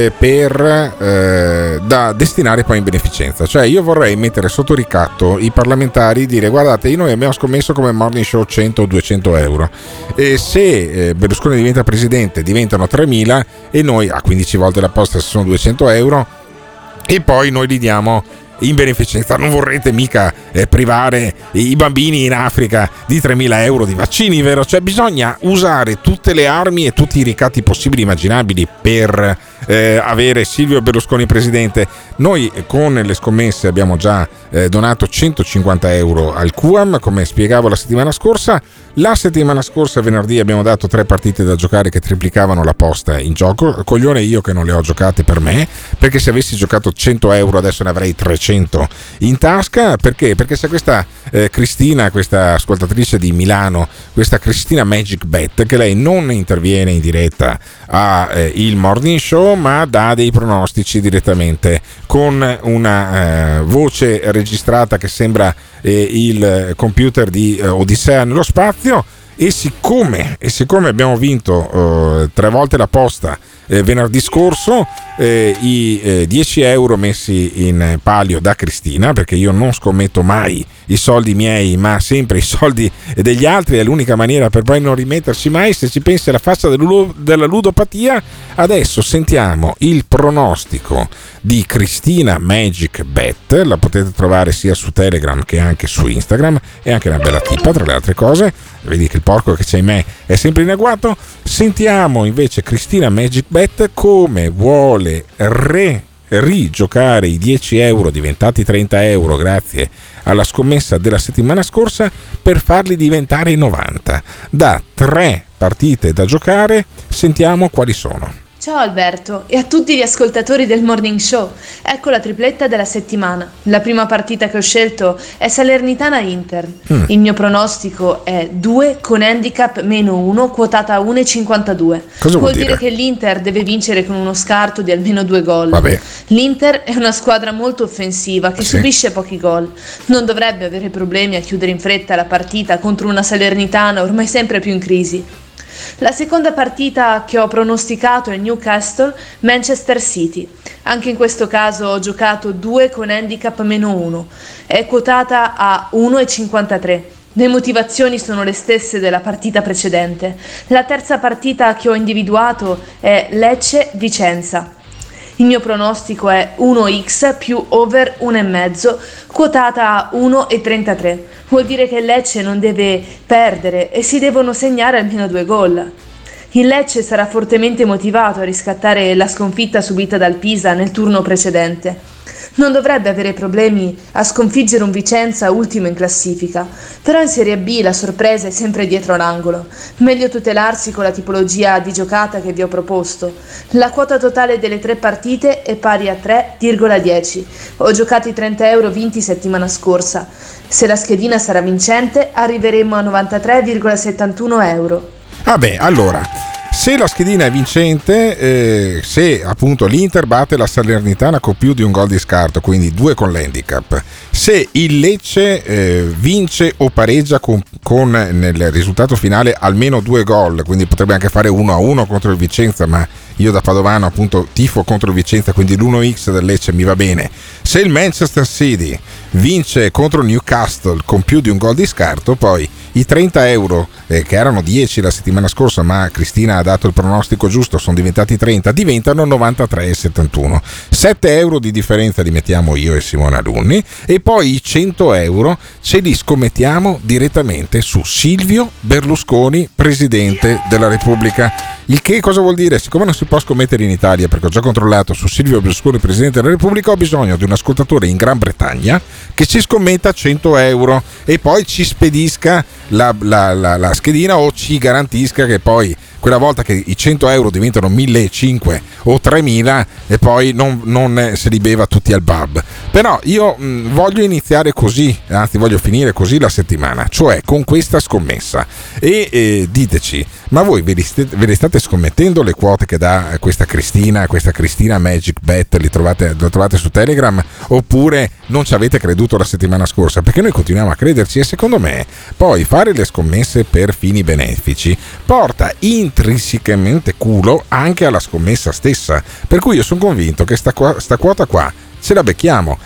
da destinare poi in beneficenza. Cioè io vorrei mettere sotto ricatto i parlamentari, dire: guardate, noi abbiamo scommesso come Morning Show 100 o 200 euro, e se Berlusconi diventa presidente diventano 3.000 e noi a 15 volte la posta se sono 200 euro, e poi noi li diamo in beneficenza. Non vorrete mica privare i bambini in Africa di 3.000 euro di vaccini, vero? Cioè bisogna usare tutte le armi e tutti i ricatti possibili e immaginabili per avere Silvio Berlusconi presidente. Noi con le scommesse abbiamo già donato 150 euro al QAM, come spiegavo la settimana scorsa. La settimana scorsa venerdì abbiamo dato 3 partite da giocare che triplicavano la posta in gioco. Coglione io che non le ho giocate per me, perché se avessi giocato 100 euro adesso ne avrei 300 in tasca. Perché? Perché se questa Cristina, questa ascoltatrice di Milano, questa Cristina Magic Bet, che lei non interviene in diretta a il Morning Show, ma dà dei pronostici direttamente con una voce registrata che sembra il computer di Odissea nello spazio. E siccome abbiamo vinto 3 volte la posta venerdì scorso, i 10 euro messi in palio da Cristina, perché io non scommetto mai i soldi miei ma sempre i soldi degli altri, è l'unica maniera per poi non rimetterci mai, se ci pensi, alla faccia della ludopatia. Adesso sentiamo il pronostico di Cristina Magic Bet, la potete trovare sia su Telegram che anche su Instagram, è anche una bella tipa tra le altre cose, vedi che il porco che c'è in me è sempre in agguato. Sentiamo invece Cristina Magic Bet come vuole rigiocare i 10 euro diventati 30 euro grazie alla scommessa della settimana scorsa per farli diventare 90. Da 3 partite da giocare, sentiamo quali sono. Ciao Alberto e a tutti gli ascoltatori del Morning Show. Ecco la tripletta della settimana. La prima partita che ho scelto è Salernitana-Inter. Il mio pronostico è 2 con handicap -1 quotata a 1,52. Cosa vuol dire che l'Inter deve vincere con uno scarto di almeno 2 gol. Vabbè. L'Inter è una squadra molto offensiva che subisce pochi gol. Non dovrebbe avere problemi a chiudere in fretta la partita contro una Salernitana ormai sempre più in crisi. La seconda partita che ho pronosticato è Newcastle-Manchester City. Anche in questo caso ho giocato 2 con handicap -1. È quotata a 1,53. Le motivazioni sono le stesse della partita precedente. La terza partita che ho individuato è Lecce-Vicenza. Il mio pronostico è 1x più over 1,5, quotata a 1,33. Vuol dire che il Lecce non deve perdere e si devono segnare almeno 2 gol. Il Lecce sarà fortemente motivato a riscattare la sconfitta subita dal Pisa nel turno precedente. Non dovrebbe avere problemi a sconfiggere un Vicenza ultimo in classifica, però in Serie B la sorpresa è sempre dietro l'angolo. Meglio tutelarsi con la tipologia di giocata che vi ho proposto. La quota totale delle 3 partite è pari a 3,10. Ho giocato i 30 euro vinti settimana scorsa. Se la schedina sarà vincente arriveremo a 93,71 euro. Vabbè, allora, Se la schedina è vincente, se appunto l'Inter batte la Salernitana con più di un gol di scarto, quindi 2 con l'handicap, se il Lecce vince o pareggia con nel risultato finale almeno 2 gol, quindi potrebbe anche fare 1-1 contro il Vicenza, ma io da padovano appunto tifo contro il Vicenza, quindi l'1x del Lecce mi va bene. Se il Manchester City vince contro il Newcastle con più di un gol di scarto, poi i 30 euro che erano 10 la settimana scorsa, ma Cristina ha dato il pronostico giusto, sono diventati 30, diventano 93,71. 7 euro di differenza li mettiamo io e Simone Alunni, e poi i 100 euro ce li scommettiamo direttamente su Silvio Berlusconi, Presidente della Repubblica. Il che cosa vuol dire? Siccome non si può scommettere in Italia, perché ho già controllato, su Silvio Berlusconi, Presidente della Repubblica, ho bisogno di un ascoltatore in Gran Bretagna che ci scommetta 100 euro e poi ci spedisca la schedina, o ci garantisca che poi quella volta che i 100 euro diventano 1.500 o 3.000 e poi non se li beva tutti al pub. Però io voglio iniziare così, anzi voglio finire così la settimana, cioè con questa scommessa, e diteci, ma voi ve le state scommettendo le quote che dà questa Cristina Magic Bet? Le trovate su Telegram, oppure non ci avete creduto la settimana scorsa? Perché noi continuiamo a crederci, e secondo me poi fare le scommesse per fini benefici porta intrinsecamente culo anche alla scommessa stessa, per cui io sono convinto che sta quota qua ce la becchiamo.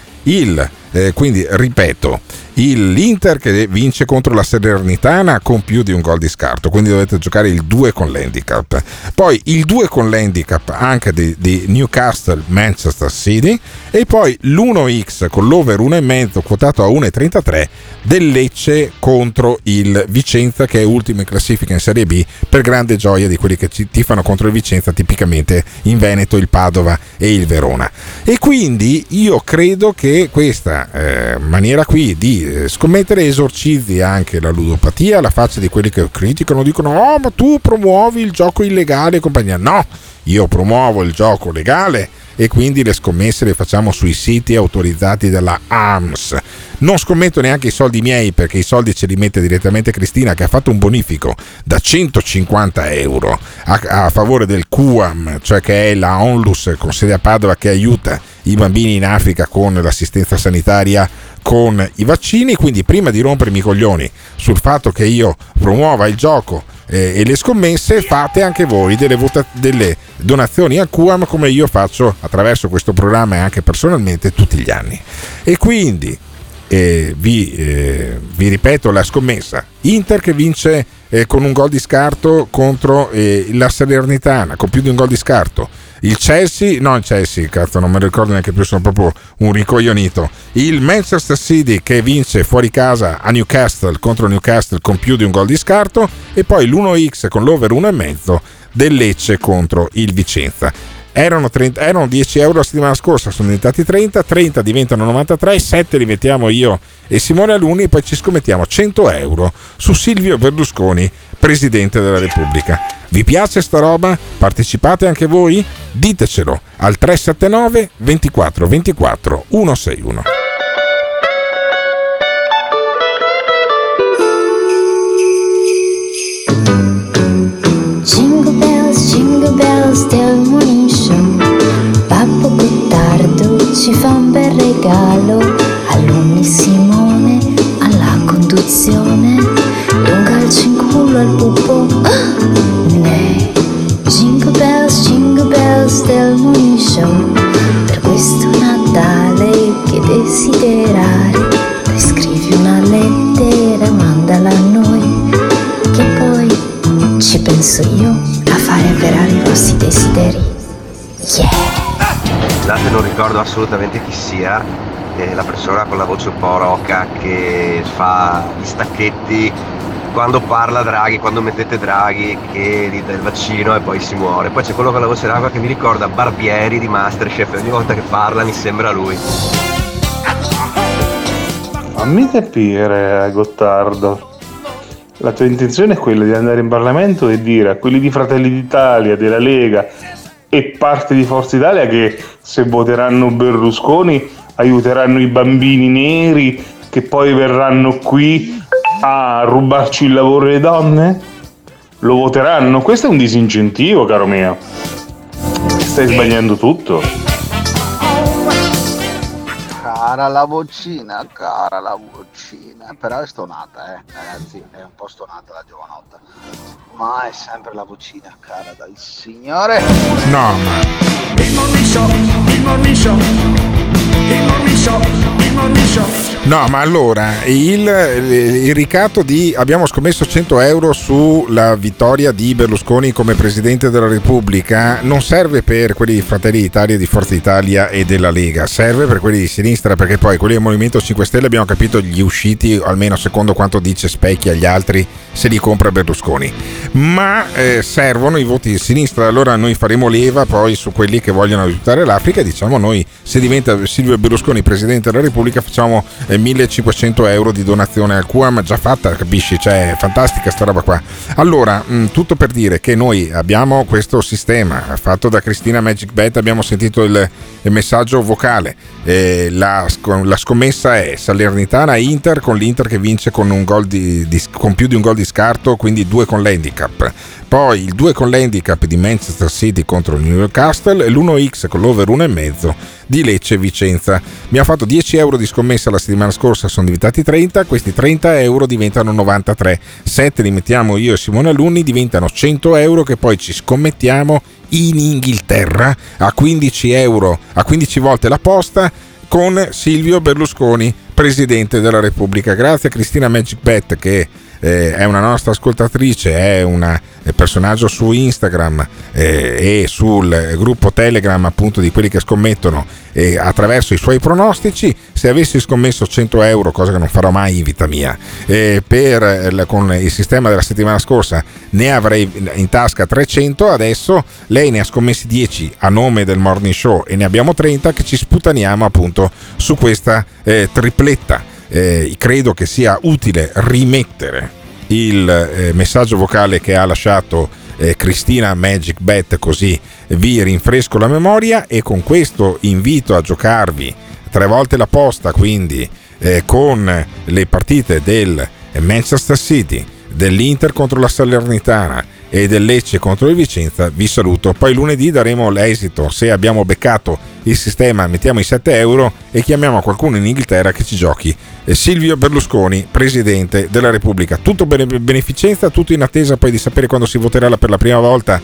Quindi ripeto, l'Inter che vince contro la Salernitana con più di un gol di scarto, quindi dovete giocare il 2 con l'handicap, poi il 2 con l'handicap anche di Newcastle Manchester City, e poi l'1x con l'over 1,5 quotato a 1,33 del Lecce contro il Vicenza, che è ultimo in classifica in Serie B, per grande gioia di quelli che tifano contro il Vicenza, tipicamente in Veneto il Padova e il Verona. E quindi io credo che questa maniera qui di scommettere esorcizzi anche la ludopatia, alla faccia di quelli che criticano, dicono oh ma tu promuovi il gioco illegale e compagnia. No, io promuovo il gioco legale, e quindi le scommesse le facciamo sui siti autorizzati dalla AMS. Non scommetto neanche i soldi miei, perché i soldi ce li mette direttamente Cristina, che ha fatto un bonifico da 150 euro a favore del QAM, cioè che è la ONLUS con sede a Padova, che aiuta i bambini in Africa con l'assistenza sanitaria, con i vaccini. Quindi prima di rompermi i coglioni sul fatto che io promuova il gioco e le scommesse, fate anche voi delle donazioni al QAM, come io faccio attraverso questo programma e anche personalmente tutti gli anni. E quindi vi ripeto la scommessa: Inter che vince con un gol di scarto contro la Salernitana con più di un gol di scarto, il Chelsea cazzo non me lo ricordo neanche più, sono proprio un ricoglionito, il Manchester City che vince fuori casa a Newcastle contro Newcastle con più di un gol di scarto, e poi l'1x con l'over 1,5 del Lecce contro il Vicenza. Erano 10 euro la settimana scorsa, sono diventati 30 diventano 93, 7 li mettiamo io e Simone Alunni, e poi ci scommettiamo 100 euro su Silvio Berlusconi, Presidente della Repubblica. Vi piace sta roba? Partecipate anche voi? Ditecelo al 379 24 24 161. Jingle bells del Morning Show, Babbo Gottardo ci fa un bel regalo, Alunni Simone alla conduzione e un calcio in culo al pupo. Ne Jingle bells del Morning Show, per questo Natale che desiderare, poi scrivi una lettera, mandala a noi, che poi ci penso io a fare avverare i vostri desideri. Scusate, non ricordo assolutamente chi sia, la persona con la voce un po' roca che fa gli stacchetti quando parla Draghi, quando mettete Draghi che dite il vaccino e poi si muore. Poi c'è quello con la voce roca che mi ricorda Barbieri di Masterchef, e ogni volta che parla mi sembra lui. Fammi capire, Gottardo. La tua intenzione è quella di andare in Parlamento e dire a quelli di Fratelli d'Italia, della Lega e parte di Forza Italia che se voteranno Berlusconi aiuteranno i bambini neri che poi verranno qui a rubarci il lavoro alle donne? lo voteranno. Questo è un disincentivo, caro mio. Stai sbagliando tutto. Cara la vocina, però è stonata, ragazzi, è un po' stonata la giovanotta, ma è sempre la vocina cara dal Signore. No, ma Il Morning Show. no, ma allora il ricatto di abbiamo scommesso 100 euro sulla vittoria di Berlusconi come Presidente della Repubblica non serve per quelli di Fratelli d'Italia, di Forza Italia e della Lega, serve per quelli di sinistra, perché poi quelli del Movimento 5 Stelle abbiamo capito gli usciti, almeno secondo quanto dice Specchi agli altri, se li compra Berlusconi, ma servono i voti di sinistra. Allora noi faremo leva poi su quelli che vogliono aiutare l'Africa e diciamo noi, se diventa Silvio Berlusconi Presidente della Repubblica, facciamo 1500 euro di donazione al QAM, già fatta, capisci? Cioè, fantastica sta roba qua. Allora, tutto per dire che noi abbiamo questo sistema fatto da Cristina Magic Bet, abbiamo sentito il messaggio vocale, la scommessa è Salernitana-Inter, con l'Inter che vince con un gol con più di un gol di scarto, quindi 2 con l'handicap. Poi il 2 con l'handicap di Manchester City contro il Newcastle e l'1x con l'over 1,5 di Lecce-Vicenza. Mi ha fatto 10 euro di scommessa la settimana scorsa, sono diventati 30, questi 30 euro diventano 93, 7 li mettiamo io e Simone Alunni, diventano 100 euro che poi ci scommettiamo in Inghilterra a 15 euro, a 15 volte la posta, con Silvio Berlusconi Presidente della Repubblica. Grazie a Cristina Magic Bet che è una nostra ascoltatrice, è un personaggio su Instagram e sul gruppo Telegram appunto di quelli che scommettono attraverso i suoi pronostici. Se avessi scommesso 100 euro, cosa che non farò mai in vita mia, con il sistema della settimana scorsa ne avrei in tasca 300, adesso lei ne ha scommessi 10 a nome del Morning Show e ne abbiamo 30 che ci sputaniamo appunto su questa tripletta. Credo che sia utile rimettere il messaggio vocale che ha lasciato Cristina Magic Bet, così vi rinfresco la memoria, e con questo invito a giocarvi 3 volte la posta, quindi con le partite del Manchester City, dell'Inter contro la Salernitana e del Lecce contro il Vicenza. Vi saluto, poi lunedì daremo l'esito, se abbiamo beccato il sistema mettiamo i 7 euro e chiamiamo qualcuno in Inghilterra che ci giochi Silvio Berlusconi Presidente della Repubblica. Tutto beneficenza, tutto in attesa poi di sapere quando si voterà per la prima volta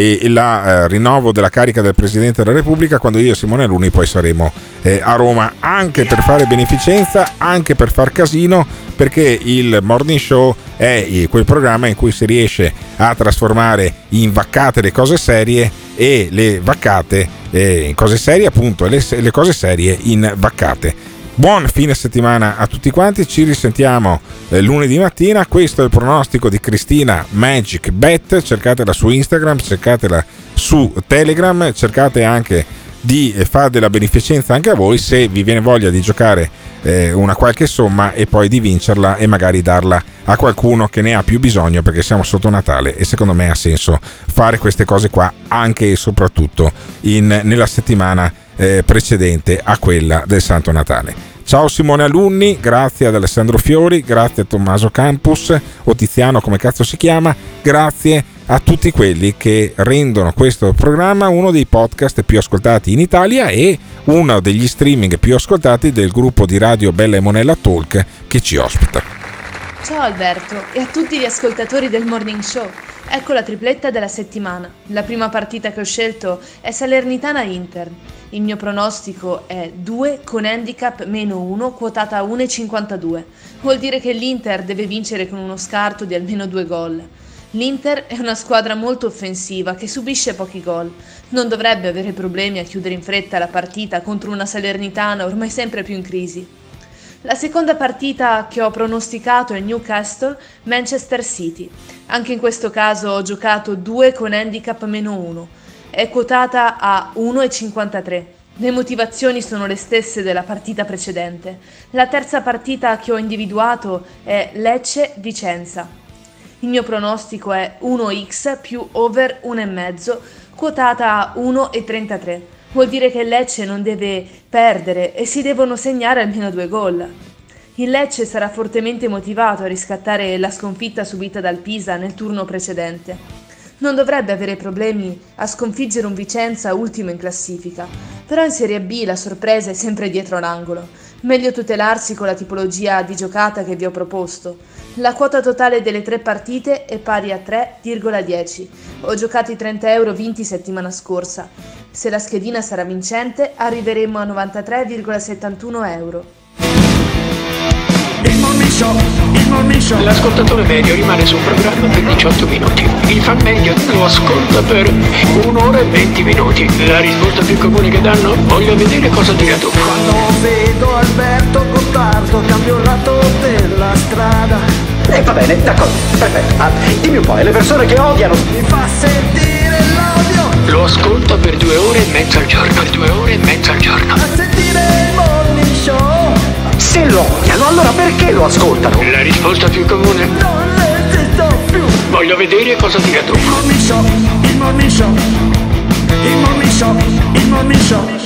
il rinnovo della carica del Presidente della Repubblica, quando io e Simone Alunni poi saremo a Roma, anche per fare beneficenza, anche per far casino, perché il Morning Show è quel programma in cui si riesce a trasformare in vaccate le cose serie e le vaccate in cose serie appunto, e le cose serie in vaccate. Buon fine settimana a tutti quanti, ci risentiamo lunedì mattina. Questo è il pronostico di Cristina Magic Bet, cercatela su Instagram, cercatela su Telegram, cercate anche di fare della beneficenza anche a voi, se vi viene voglia di giocare una qualche somma e poi di vincerla e magari darla a qualcuno che ne ha più bisogno, perché siamo sotto Natale e secondo me ha senso fare queste cose qua anche e soprattutto nella settimana precedente a quella del Santo Natale. Ciao Simone Alunni, grazie ad Alessandro Fiori, grazie a Tommaso Campus o Tiziano come cazzo si chiama, grazie a tutti quelli che rendono questo programma uno dei podcast più ascoltati in Italia e uno degli streaming più ascoltati del gruppo di radio Bella e Monella Talk che ci ospita. Ciao Alberto e a tutti gli ascoltatori del Morning Show. Ecco la tripletta della settimana. La prima partita che ho scelto è Salernitana-Inter. Il mio pronostico è 2 con handicap -1 quotata a 1,52. Vuol dire che l'Inter deve vincere con uno scarto di almeno 2 gol. L'Inter è una squadra molto offensiva che subisce pochi gol. Non dovrebbe avere problemi a chiudere in fretta la partita contro una Salernitana ormai sempre più in crisi. La seconda partita che ho pronosticato è Newcastle-Manchester City. Anche in questo caso ho giocato 2 con handicap -1. È quotata a 1,53. Le motivazioni sono le stesse della partita precedente. La terza partita che ho individuato è Lecce-Vicenza. Il mio pronostico è 1x più over 1,5, quotata a 1,33. Vuol dire che Lecce non deve perdere e si devono segnare almeno 2 gol. Il Lecce sarà fortemente motivato a riscattare la sconfitta subita dal Pisa nel turno precedente. Non dovrebbe avere problemi a sconfiggere un Vicenza ultimo in classifica, però in Serie B la sorpresa è sempre dietro l'angolo. Meglio tutelarsi con la tipologia di giocata che vi ho proposto. La quota totale delle 3 partite è pari a 3,10. Ho giocato i 30 euro vinti settimana scorsa. Se la schedina sarà vincente, arriveremo a 93,71 euro. Il Morning Show. L'ascoltatore medio rimane sul programma per 18 minuti. Il fan medio lo ascolta per 1 ora e 20 minuti. La risposta più comune che danno: voglio vedere cosa dirà dopo. Quando vedo Alberto Gottardo cambio il lato della strada. Va bene, d'accordo, perfetto. Dimmi un po', e le persone che odiano? Mi fa sentire l'odio. Lo ascolta per 2 ore e mezza al giorno. Per 2 ore e mezza al giorno. A sentire il Morning Show. Se lo odiano, allora perché lo ascoltano? La risposta più comune: non esisto più. Voglio vedere cosa dirà dopo. Il Morning Show, il Morning Show, il Morning Show, il Morning Show.